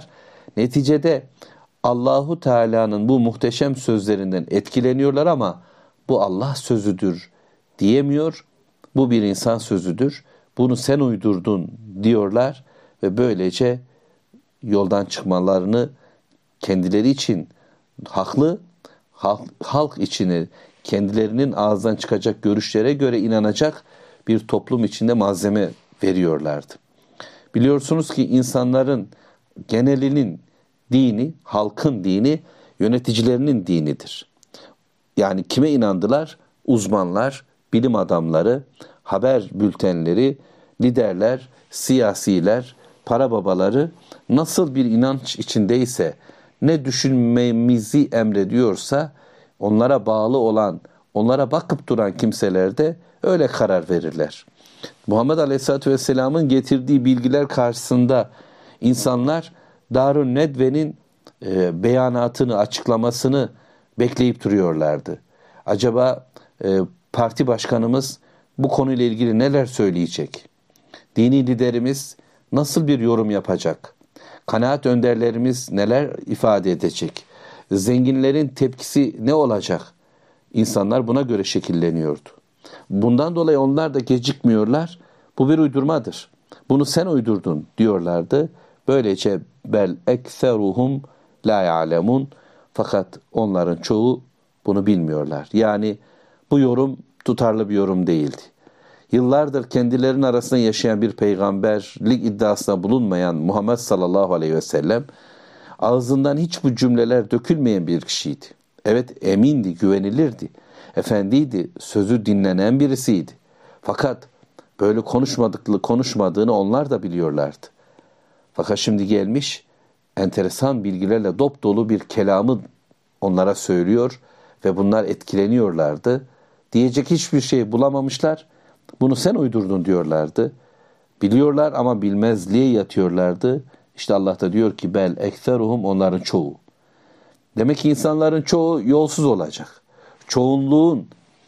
Neticede Allahu Teala'nın bu muhteşem sözlerinden etkileniyorlar ama bu Allah sözüdür diyemiyor. Bu bir insan sözüdür. Bunu sen uydurdun diyorlar ve böylece yoldan çıkmalarını kendileri için haklı, halk, halk içine kendilerinin ağzından çıkacak görüşlere göre inanacak bir toplum içinde malzeme veriyorlardı. Biliyorsunuz ki insanların genelinin dini, halkın dini, yöneticilerinin dinidir. Yani kime inandılar? Uzmanlar, bilim adamları, haber bültenleri, liderler, siyasiler, para babaları nasıl bir inanç içindeyse, ne düşünmemizi emrediyorsa onlara bağlı olan, onlara bakıp duran kimseler de öyle karar verirler. Muhammed Aleyhisselatü Vesselam'ın getirdiği bilgiler karşısında insanlar Darun Nedve'nin e, beyanatını, açıklamasını bekleyip duruyorlardı. Acaba e, parti başkanımız bu konuyla ilgili neler söyleyecek? Dini liderimiz nasıl bir yorum yapacak? Kanaat önderlerimiz neler ifade edecek? Zenginlerin tepkisi ne olacak? İnsanlar buna göre şekilleniyordu. Bundan dolayı onlar da gecikmiyorlar. Bu bir uydurmadır. Bunu sen uydurdun diyorlardı. Böylece bel ekseruhum la ya'lemun. Fakat onların çoğu bunu bilmiyorlar. Yani bu yorum tutarlı bir yorum değildi. Yıllardır kendilerinin arasında yaşayan bir peygamberlik iddiasına bulunmayan Muhammed sallallahu aleyhi ve sellem ağzından hiç bu cümleler dökülmeyen bir kişiydi. Evet, emindi, güvenilirdi. Efendiydi, sözü dinlenen birisiydi. Fakat böyle konuşmadıklı konuşmadığını onlar da biliyorlardı. Fakat şimdi gelmiş enteresan bilgilerle dop dolu bir kelamı onlara söylüyor ve bunlar etkileniyorlardı. Diyecek hiçbir şey bulamamışlar. Bunu sen uydurdun diyorlardı. Biliyorlar ama bilmezliğe yatıyorlardı. İşte Allah da diyor ki bel ekseruhum, onların çoğu. Demek ki insanların çoğu yolsuz olacak. Çoğunluğun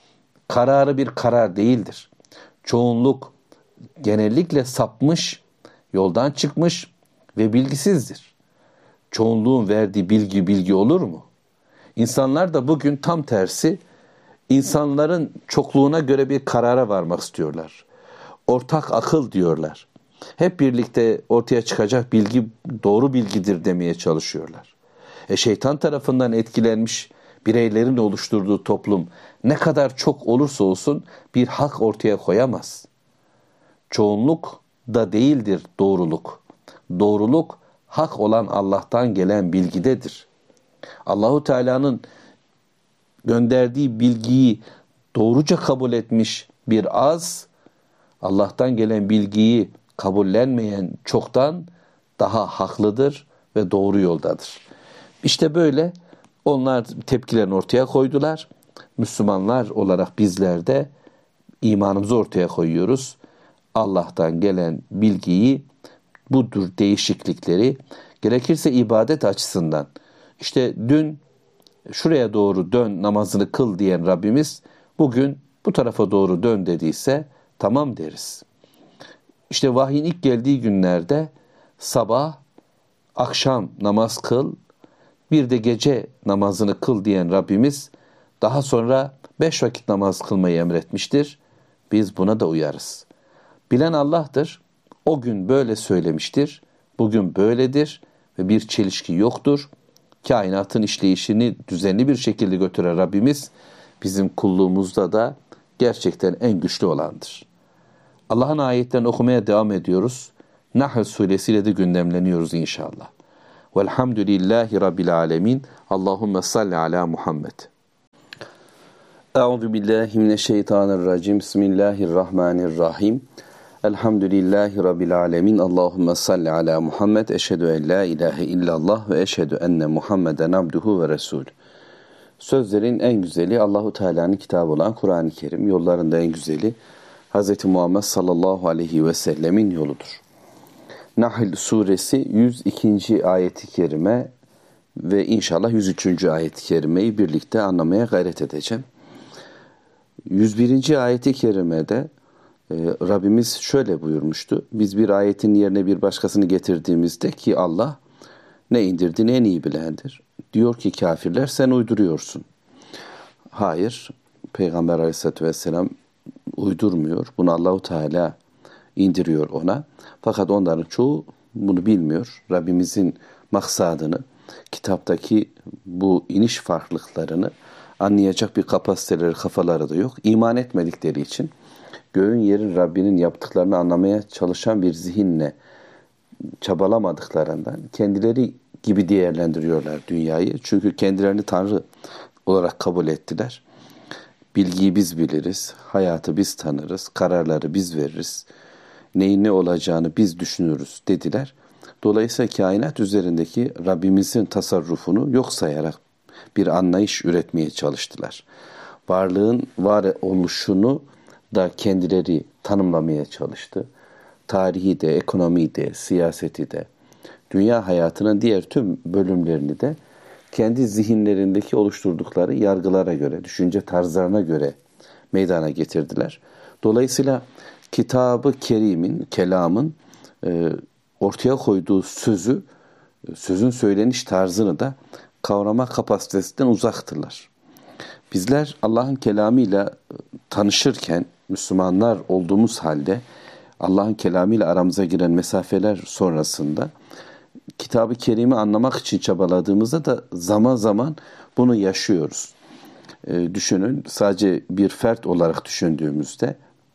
kararı bir karar değildir. Çoğunluk genellikle sapmış, yoldan çıkmış ve bilgisizdir. Çoğunluğun verdiği bilgi bilgi olur mu? İnsanlar da bugün tam tersi, insanların çokluğuna göre bir karara varmak istiyorlar. Ortak akıl diyorlar. Hep birlikte ortaya çıkacak bilgi doğru bilgidir demeye çalışıyorlar. E şeytan tarafından etkilenmiş bireylerin oluşturduğu toplum ne kadar çok olursa olsun bir hak ortaya koyamaz. Çoğunluk da değildir doğruluk. Doğruluk hak olan Allah'tan gelen bilgidedir. Allahu Teala'nın gönderdiği bilgiyi doğruca kabul etmiş bir az, Allah'tan gelen bilgiyi kabullenmeyen çoktan daha haklıdır ve doğru yoldadır. İşte böyle onlar tepkilerini ortaya koydular. Müslümanlar olarak bizler de imanımızı ortaya koyuyoruz. Allah'tan gelen bilgiyi, budur değişiklikleri, gerekirse ibadet açısından. İşte dün şuraya doğru dön, namazını kıl diyen Rabbimiz bugün bu tarafa doğru dön dediyse tamam deriz. İşte vahyin ilk geldiği günlerde sabah, akşam namaz kıl, bir de gece namazını kıl diyen Rabbimiz daha sonra beş vakit namaz kılmayı emretmiştir. Biz buna da uyarız. Bilen Allah'tır. O gün böyle söylemiştir. Bugün böyledir ve bir çelişki yoktur. Kainatın işleyişini düzenli bir şekilde götüren Rabbimiz bizim kulluğumuzda da gerçekten en güçlü olandır. Allah'ın ayetlerini okumaya devam ediyoruz. Nahl suresiyle de gündemleniyoruz inşallah. Velhamdülillahi Rabbil alemin. Allahümme salli ala Muhammed. Euzu billahi mineşşeytanirracim. Bismillahirrahmanirrahim. Elhamdülillahi Rabbil alemin. Allahümme salli ala Muhammed. Eşhedü en la ilahe illallah ve eşhedü enne Muhammeden abduhu ve resul. Sözlerin en güzeli Allahu Teala'nın kitabı olan Kur'an-ı Kerim. Yollarında en güzeli Hz. Muhammed sallallahu aleyhi ve sellemin yoludur. Nahl suresi yüz ikinci ayeti kerime ve inşallah yüz üçüncü ayeti kerimeyi birlikte anlamaya gayret edeceğim. yüz birinci ayeti kerimede e, Rabbimiz şöyle buyurmuştu. Biz bir ayetin yerine bir başkasını getirdiğimizde ki Allah ne indirdiğini en iyi bilendir. Diyor ki kafirler sen uyduruyorsun. Hayır, Peygamber Aleyhisselatü Vesselam uydurmuyor. Bunu Allahu Teala indiriyor ona. Fakat onların çoğu bunu bilmiyor. Rabbimizin maksadını, kitaptaki bu iniş farklılıklarını anlayacak bir kapasiteleri, kafaları da yok. İman etmedikleri için göğün yerin Rabbinin yaptıklarını anlamaya çalışan bir zihinle çabalamadıklarından kendileri gibi değerlendiriyorlar dünyayı. Çünkü kendilerini Tanrı olarak kabul ettiler. Bilgiyi biz biliriz, hayatı biz tanırız, kararları biz veririz, neyin ne olacağını biz düşünürüz dediler. Dolayısıyla kainat üzerindeki Rabbimizin tasarrufunu yok sayarak bir anlayış üretmeye çalıştılar. Varlığın var oluşunu da kendileri tanımlamaya çalıştı. Tarihi de, ekonomiyi de, siyaseti de, dünya hayatının diğer tüm bölümlerini de kendi zihinlerindeki oluşturdukları yargılara göre, düşünce tarzlarına göre meydana getirdiler. Dolayısıyla Kitab-ı Kerim'in, kelamın e, ortaya koyduğu sözü, sözün söyleniş tarzını da kavrama kapasitesinden uzaktırlar. Bizler Allah'ın kelamıyla tanışırken, Müslümanlar olduğumuz halde, Allah'ın kelamıyla aramıza giren mesafeler sonrasında Kitab-ı Kerim'i anlamak için çabaladığımızda da zaman zaman bunu yaşıyoruz. E, düşünün, sadece bir fert olarak düşündüğümüzde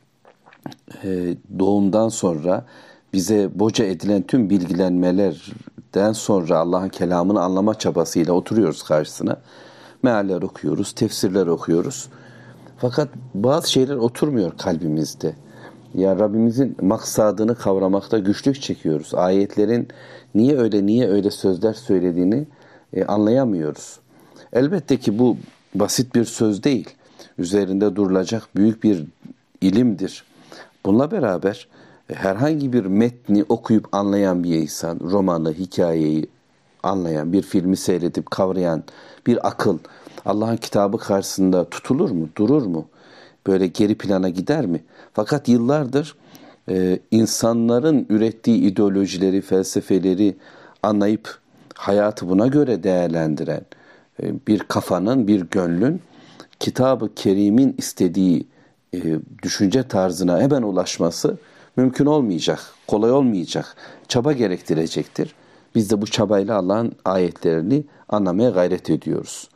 e, doğumdan sonra bize boca edilen tüm bilgilenmelerden sonra Allah'ın kelamını anlama çabasıyla oturuyoruz karşısına. Mealler okuyoruz, tefsirler okuyoruz. Fakat bazı şeyler oturmuyor kalbimizde. Ya Rabbimizin maksadını kavramakta güçlük çekiyoruz. Ayetlerin niye öyle niye öyle sözler söylediğini e, anlayamıyoruz. Elbette ki bu basit bir söz değil. Üzerinde durulacak büyük bir ilimdir. Bununla beraber e, herhangi bir metni okuyup anlayan bir insan, romanı, hikayeyi anlayan, bir filmi seyredip kavrayan bir akıl Allah'ın kitabı karşısında tutulur mu, durur mu? Böyle geri plana gider mi? Fakat yıllardır e, insanların ürettiği ideolojileri, felsefeleri anlayıp hayatı buna göre değerlendiren e, bir kafanın, bir gönlün Kitab-ı Kerim'in istediği e, düşünce tarzına hemen ulaşması mümkün olmayacak, kolay olmayacak, çaba gerektirecektir. Biz de bu çabayla Allah'ın ayetlerini anlamaya gayret ediyoruz.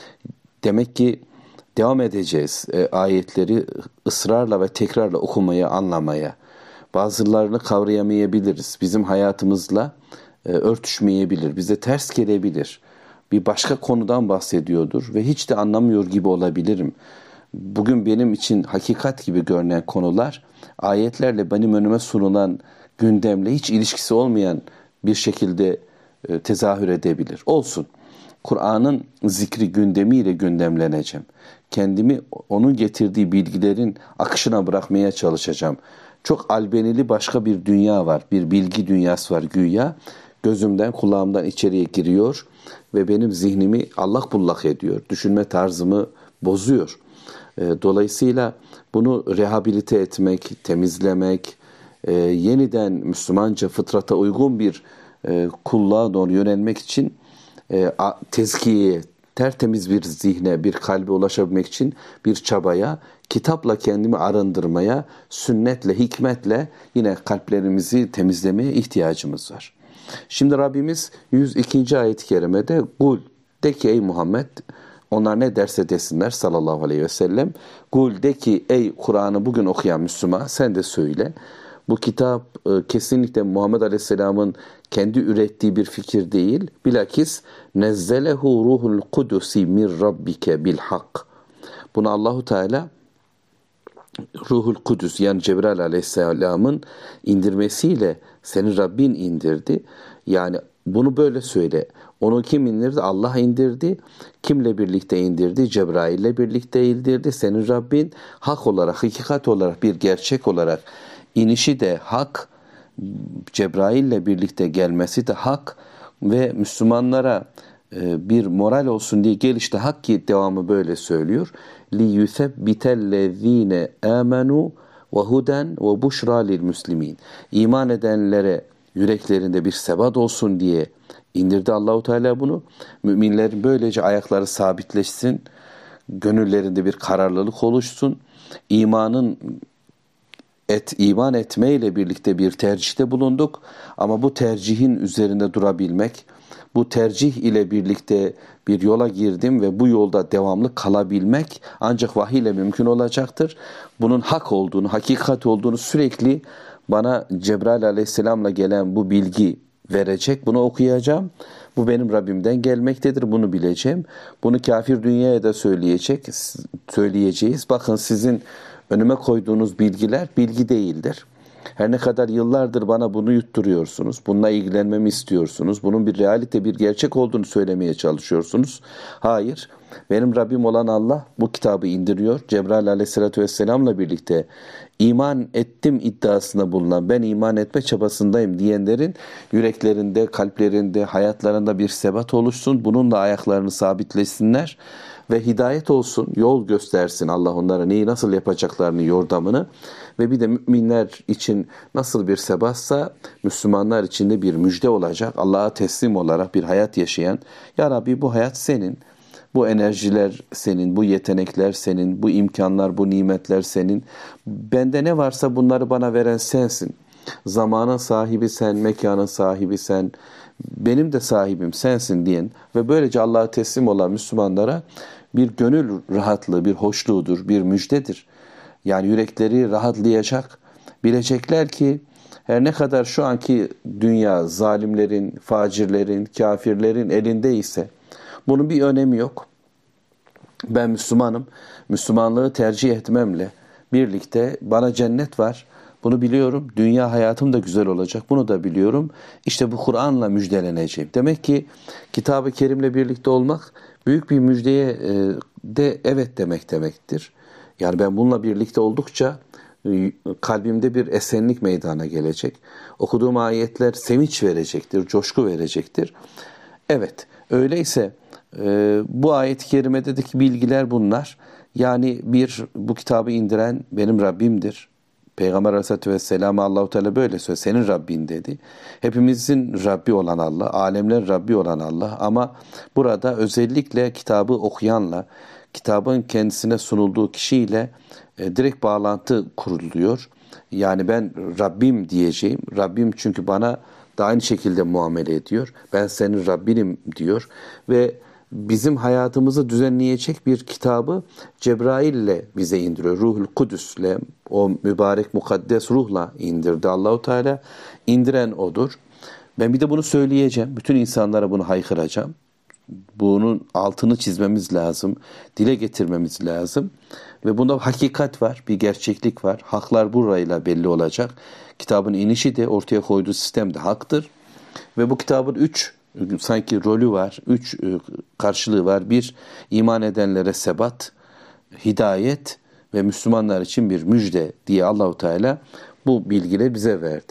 Demek ki devam edeceğiz e, ayetleri ısrarla ve tekrarla okumaya, anlamaya. Bazılarını kavrayamayabiliriz. Bizim hayatımızla e, örtüşmeyebilir. Bize ters gelebilir. Bir başka konudan bahsediyordur ve hiç de anlamıyor gibi olabilirim. Bugün benim için hakikat gibi görünen konular ayetlerle benim önüme sunulan gündemle hiç ilişkisi olmayan bir şekilde e, tezahür edebilir. Olsun. Kur'an'ın zikri gündemiyle gündemleneceğim. Kendimi onun getirdiği bilgilerin akışına bırakmaya çalışacağım. Çok albenili başka bir dünya var. Bir bilgi dünyası var güya. Gözümden, kulağımdan içeriye giriyor ve benim zihnimi allak bullak ediyor. Düşünme tarzımı bozuyor. Dolayısıyla bunu rehabilite etmek, temizlemek, yeniden Müslümanca fıtrata uygun bir kulluğa doğru yönelmek için tezkiyeye, tertemiz bir zihne, bir kalbe ulaşabilmek için bir çabaya, kitapla kendimi arındırmaya, sünnetle, hikmetle yine kalplerimizi temizlemeye ihtiyacımız var. Şimdi Rabbimiz yüz ikinci ayet-i kerimede "Kul, de ki ey Muhammed, onlar ne derse desinler sallallahu aleyhi ve sellem. Kul, de ki ey Kur'an'ı bugün okuyan Müslüman, sen de söyle. Bu kitap e, kesinlikle Muhammed Aleyhisselam'ın kendi ürettiği bir fikir değil. Bilakis nezzelehu ruhul kudusi min rabbike bil hak. Bunu Allahu Teala Ruhul Kudüs yani Cebrail Aleyhisselam'ın indirmesiyle senin Rabbin indirdi. Yani bunu böyle söyle. Onu kim indirdi? Allah indirdi. Kimle birlikte indirdi? Cebrail ile birlikte indirdi. Senin Rabbin hak olarak, hakikat olarak, bir gerçek olarak inişi de hak, Cebrail ile birlikte gelmesi de hak ve Müslümanlara bir moral olsun diye gelişte hak ki devamı böyle söylüyor. لِيُثَبِّتَ الَّذ۪ينَ آمَنُوا وَهُدًا وَبُشْرَى لِلْمُسْلِمِينَ. İman edenlere yüreklerinde bir sebat olsun diye indirdi Allahu Teala bunu. Müminlerin böylece ayakları sabitleşsin, gönüllerinde bir kararlılık oluşsun. İmanın et iman etmeyle birlikte bir tercihte bulunduk ama bu tercihin üzerinde durabilmek, bu tercih ile birlikte bir yola girdim ve bu yolda devamlı kalabilmek ancak vahiy ile mümkün olacaktır. Bunun hak olduğunu, hakikat olduğunu sürekli bana Cebrail aleyhisselamla gelen bu bilgi verecek. Bunu okuyacağım. Bu benim Rabbimden gelmektedir. Bunu bileceğim. Bunu kafir dünyaya da söyleyecek, söyleyeceğiz. Bakın sizin önüme koyduğunuz bilgiler bilgi değildir. Her ne kadar yıllardır bana bunu yutturuyorsunuz, bununla ilgilenmemi istiyorsunuz, bunun bir realite, bir gerçek olduğunu söylemeye çalışıyorsunuz. Hayır, benim Rabbim olan Allah bu kitabı indiriyor. Cebrail aleyhissalatü vesselamla birlikte iman ettim iddiasında bulunan, ben iman etme çabasındayım diyenlerin yüreklerinde, kalplerinde, hayatlarında bir sebat oluşsun. Bununla ayaklarını sabitlesinler ve hidayet olsun, yol göstersin Allah onlara neyi nasıl yapacaklarını, yordamını. Ve bir de müminler için nasıl bir sebatsa Müslümanlar için de bir müjde olacak. Allah'a teslim olarak bir hayat yaşayan, ya Rabbi bu hayat senin, bu enerjiler senin, bu yetenekler senin, bu imkanlar, bu nimetler senin. Bende ne varsa bunları bana veren sensin. Zamanın sahibi sen, mekanın sahibi sen, benim de sahibim sensin diyen ve böylece Allah'a teslim olan Müslümanlara bir gönül rahatlığı, bir hoşluğudur, bir müjdedir. Yani yürekleri rahatlayacak, bilecekler ki her ne kadar şu anki dünya zalimlerin, facirlerin, kafirlerin elindeyse bunun bir önemi yok. Ben Müslümanım, Müslümanlığı tercih etmemle birlikte bana cennet var. Bunu biliyorum. Dünya hayatım da güzel olacak. Bunu da biliyorum. İşte bu Kur'an'la müjdeleneceğim. Demek ki Kitab-ı Kerim'le birlikte olmak büyük bir müjdeye de evet demek demektir. Yani ben bununla birlikte oldukça kalbimde bir esenlik meydana gelecek. Okuduğum ayetler sevinç verecektir, coşku verecektir. Evet, öyleyse bu ayet-i kerimedeki bilgiler bunlar. Yani bir, bu kitabı indiren benim Rabbimdir. Peygamber Aleyhisselatü Vesselam'a Allah-u Teala böyle söyledi. Senin Rabbin dedi. Hepimizin Rabbi olan Allah, alemlerin Rabbi olan Allah. Ama burada özellikle kitabı okuyanla, kitabın kendisine sunulduğu kişiyle e, direkt bağlantı kuruluyor. Yani ben Rabbim diyeceğim. Rabbim çünkü bana da aynı şekilde muamele ediyor. Ben senin Rabbinim diyor. Ve bizim hayatımızı düzenleyecek bir kitabı Cebrail ile bize indiriyor. Ruhul Kudüs'le, o mübarek mukaddes ruhla indirdi Allahu Teala. İndiren odur. Ben bir de bunu söyleyeceğim. Bütün insanlara bunu haykıracağım. Bunun altını çizmemiz lazım. Dile getirmemiz lazım. Ve bunda hakikat var, bir gerçeklik var. Haklar burayla belli olacak. Kitabın inişi de ortaya koyduğu sistem de haktır. Ve bu kitabın üç sanki rolü var, üç karşılığı var. Bir, iman edenlere sebat, hidayet ve Müslümanlar için bir müjde diye Allahu Teala bu bilgileri bize verdi.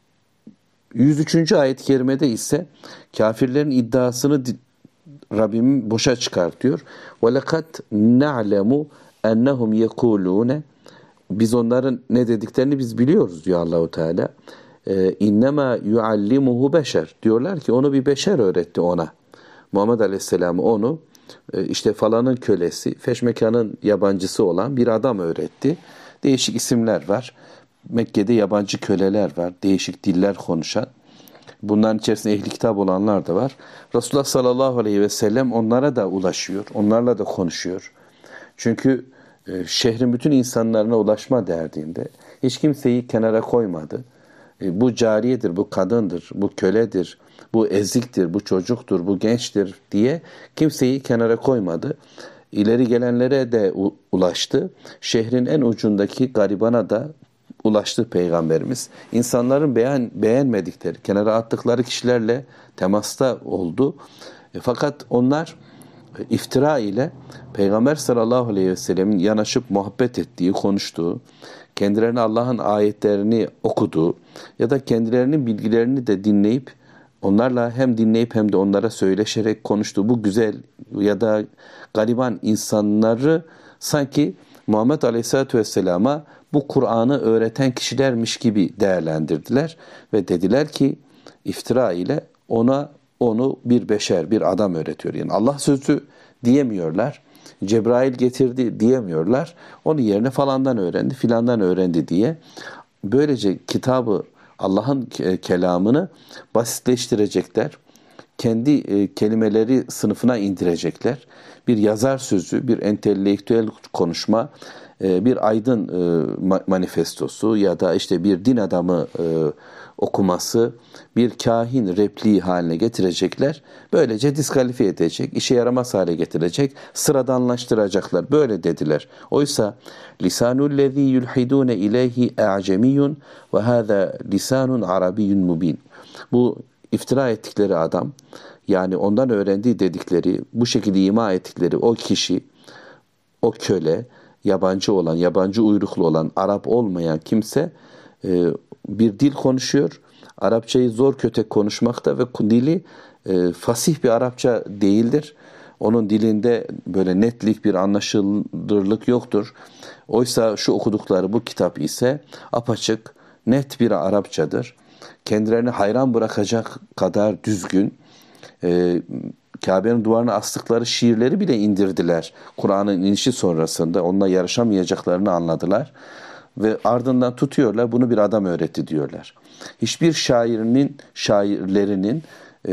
yüz üçüncü ayet-i kerimede ise kafirlerin iddiasını Rabbim boşa çıkartıyor. وَلَقَدْ نَعْلَمُ اَنَّهُمْ يَقُولُونَ Biz onların ne dediklerini biz biliyoruz diyor Allahu Teala. İnnemâ yuallimuhu beşer. Diyorlar ki onu bir beşer öğretti ona. Muhammed Aleyhisselam onu işte falanın kölesi, feşmekanın yabancısı olan bir adam öğretti. Değişik isimler var. Mekke'de yabancı köleler var. Değişik diller konuşan. Bunların içerisinde ehli kitap olanlar da var. Resulullah sallallahu aleyhi ve sellem onlara da ulaşıyor. Onlarla da konuşuyor. Çünkü şehrin bütün insanlarına ulaşma derdinde hiç kimseyi kenara koymadı. Bu cariyedir, bu kadındır, bu köledir, bu eziktir, bu çocuktur, bu gençtir diye kimseyi kenara koymadı. İleri gelenlere de ulaştı. Şehrin en ucundaki garibana da ulaştı Peygamberimiz. İnsanların beğen, beğenmedikleri, kenara attıkları kişilerle temasta oldu. E, fakat onlar iftira ile Peygamber sallallahu aleyhi ve sellemin yanaşıp muhabbet ettiği, konuştuğu, kendilerine Allah'ın ayetlerini okuduğu ya da kendilerinin bilgilerini de dinleyip onlarla hem dinleyip hem de onlara söyleşerek konuştuğu bu güzel ya da gariban insanları sanki Muhammed Aleyhisselatü Vesselam'a bu Kur'an'ı öğreten kişilermiş gibi değerlendirdiler ve dediler ki iftira ile ona onu bir beşer, bir adam öğretiyor. Yani Allah sözü diyemiyorlar. Cebrail getirdi diyemiyorlar. Onun yerine falandan öğrendi, filandan öğrendi diye. Böylece kitabı, Allah'ın kelamını basitleştirecekler. Kendi kelimeleri sınıfına indirecekler. Bir yazar sözü, bir entelektüel konuşma, bir aydın manifestosu ya da işte bir din adamı okuması, bir kahin repliği haline getirecekler. Böylece diskalifiye edecek, işe yaramaz hale getirecek, sıradanlaştıracaklar. Böyle dediler. Oysa lisanul lezî yulhidûne ileyhi e'cemiyyun ve hâzâ lisanun arabiyyun mubin. Bu iftira ettikleri adam, yani ondan öğrendiği dedikleri, bu şekilde ima ettikleri o kişi, o köle, yabancı olan, yabancı uyruklu olan, Arap olmayan kimse e, bir dil konuşuyor. Arapçayı zor kötek konuşmakta ve dili e, fasih bir Arapça değildir. Onun dilinde böyle netlik, bir anlaşılırlık yoktur. Oysa şu okudukları bu kitap ise apaçık, net bir Arapçadır. Kendilerini hayran bırakacak kadar düzgün, e, Kabe'nin duvarına astıkları şiirleri bile indirdiler. Kur'an'ın inişi sonrasında onunla yarışamayacaklarını anladılar. Ve ardından tutuyorlar, bunu bir adam öğretti diyorlar. Hiçbir şairinin, şairlerinin e,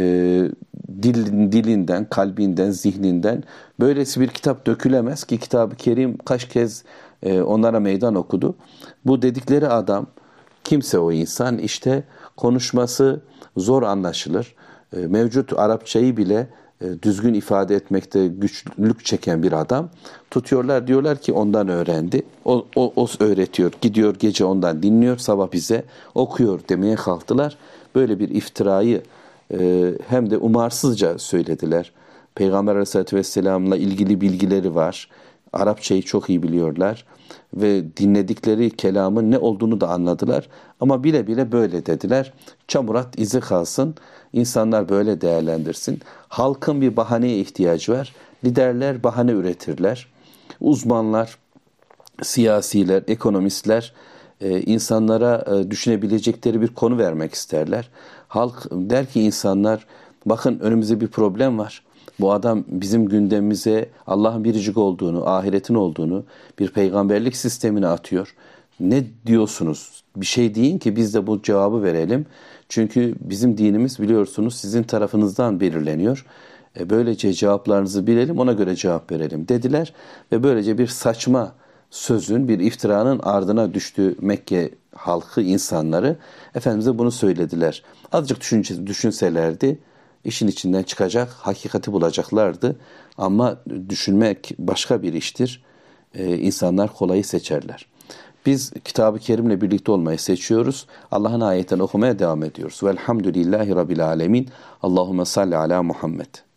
dil, dilinden, kalbinden, zihninden böylesi bir kitap dökülemez ki Kitab-ı Kerim kaç kez e, onlara meydan okudu. Bu dedikleri adam, kimse o insan, işte konuşması zor anlaşılır. E, mevcut Arapçayı bile e, düzgün ifade etmekte güçlük çeken bir adam. Tutuyorlar, diyorlar ki ondan öğrendi. O, o, o öğretiyor. Gidiyor gece ondan dinliyor, sabah bize okuyor demeye kalktılar. Böyle bir iftirayı e, hem de umarsızca söylediler. Peygamber Aleyhisselatü Vesselam'la ilgili bilgileri var. Arapçayı çok iyi biliyorlar ve dinledikleri kelamın ne olduğunu da anladılar. Ama bile bile böyle dediler. Çamurat izi kalsın, insanlar böyle değerlendirsin. Halkın bir bahaneye ihtiyacı var. Liderler bahane üretirler. Uzmanlar, siyasiler, ekonomistler e, insanlara e, düşünebilecekleri bir konu vermek isterler. Halk der ki insanlar, bakın önümüzde bir problem var. Bu adam bizim gündemimize Allah'ın biricik olduğunu, ahiretin olduğunu, bir peygamberlik sistemine atıyor. Ne diyorsunuz? Bir şey deyin ki biz de bu cevabı verelim. Çünkü bizim dinimiz biliyorsunuz sizin tarafınızdan belirleniyor. E böylece cevaplarınızı bilelim, ona göre cevap verelim dediler. Ve böylece bir saçma sözün, bir iftiranın ardına düştü Mekke halkı, insanları. Efendimiz'e bunu söylediler. Azıcık düşünce, düşünselerdi, işin içinden çıkacak, hakikati bulacaklardı. Ama düşünmek başka bir iştir. Ee, insanlar kolayı seçerler. Biz Kitab-ı Kerim'le birlikte olmayı seçiyoruz. Allah'ın ayetlerini okumaya devam ediyoruz. Velhamdülillahi Rabbil Alemin. Allahümme salli ala Muhammed.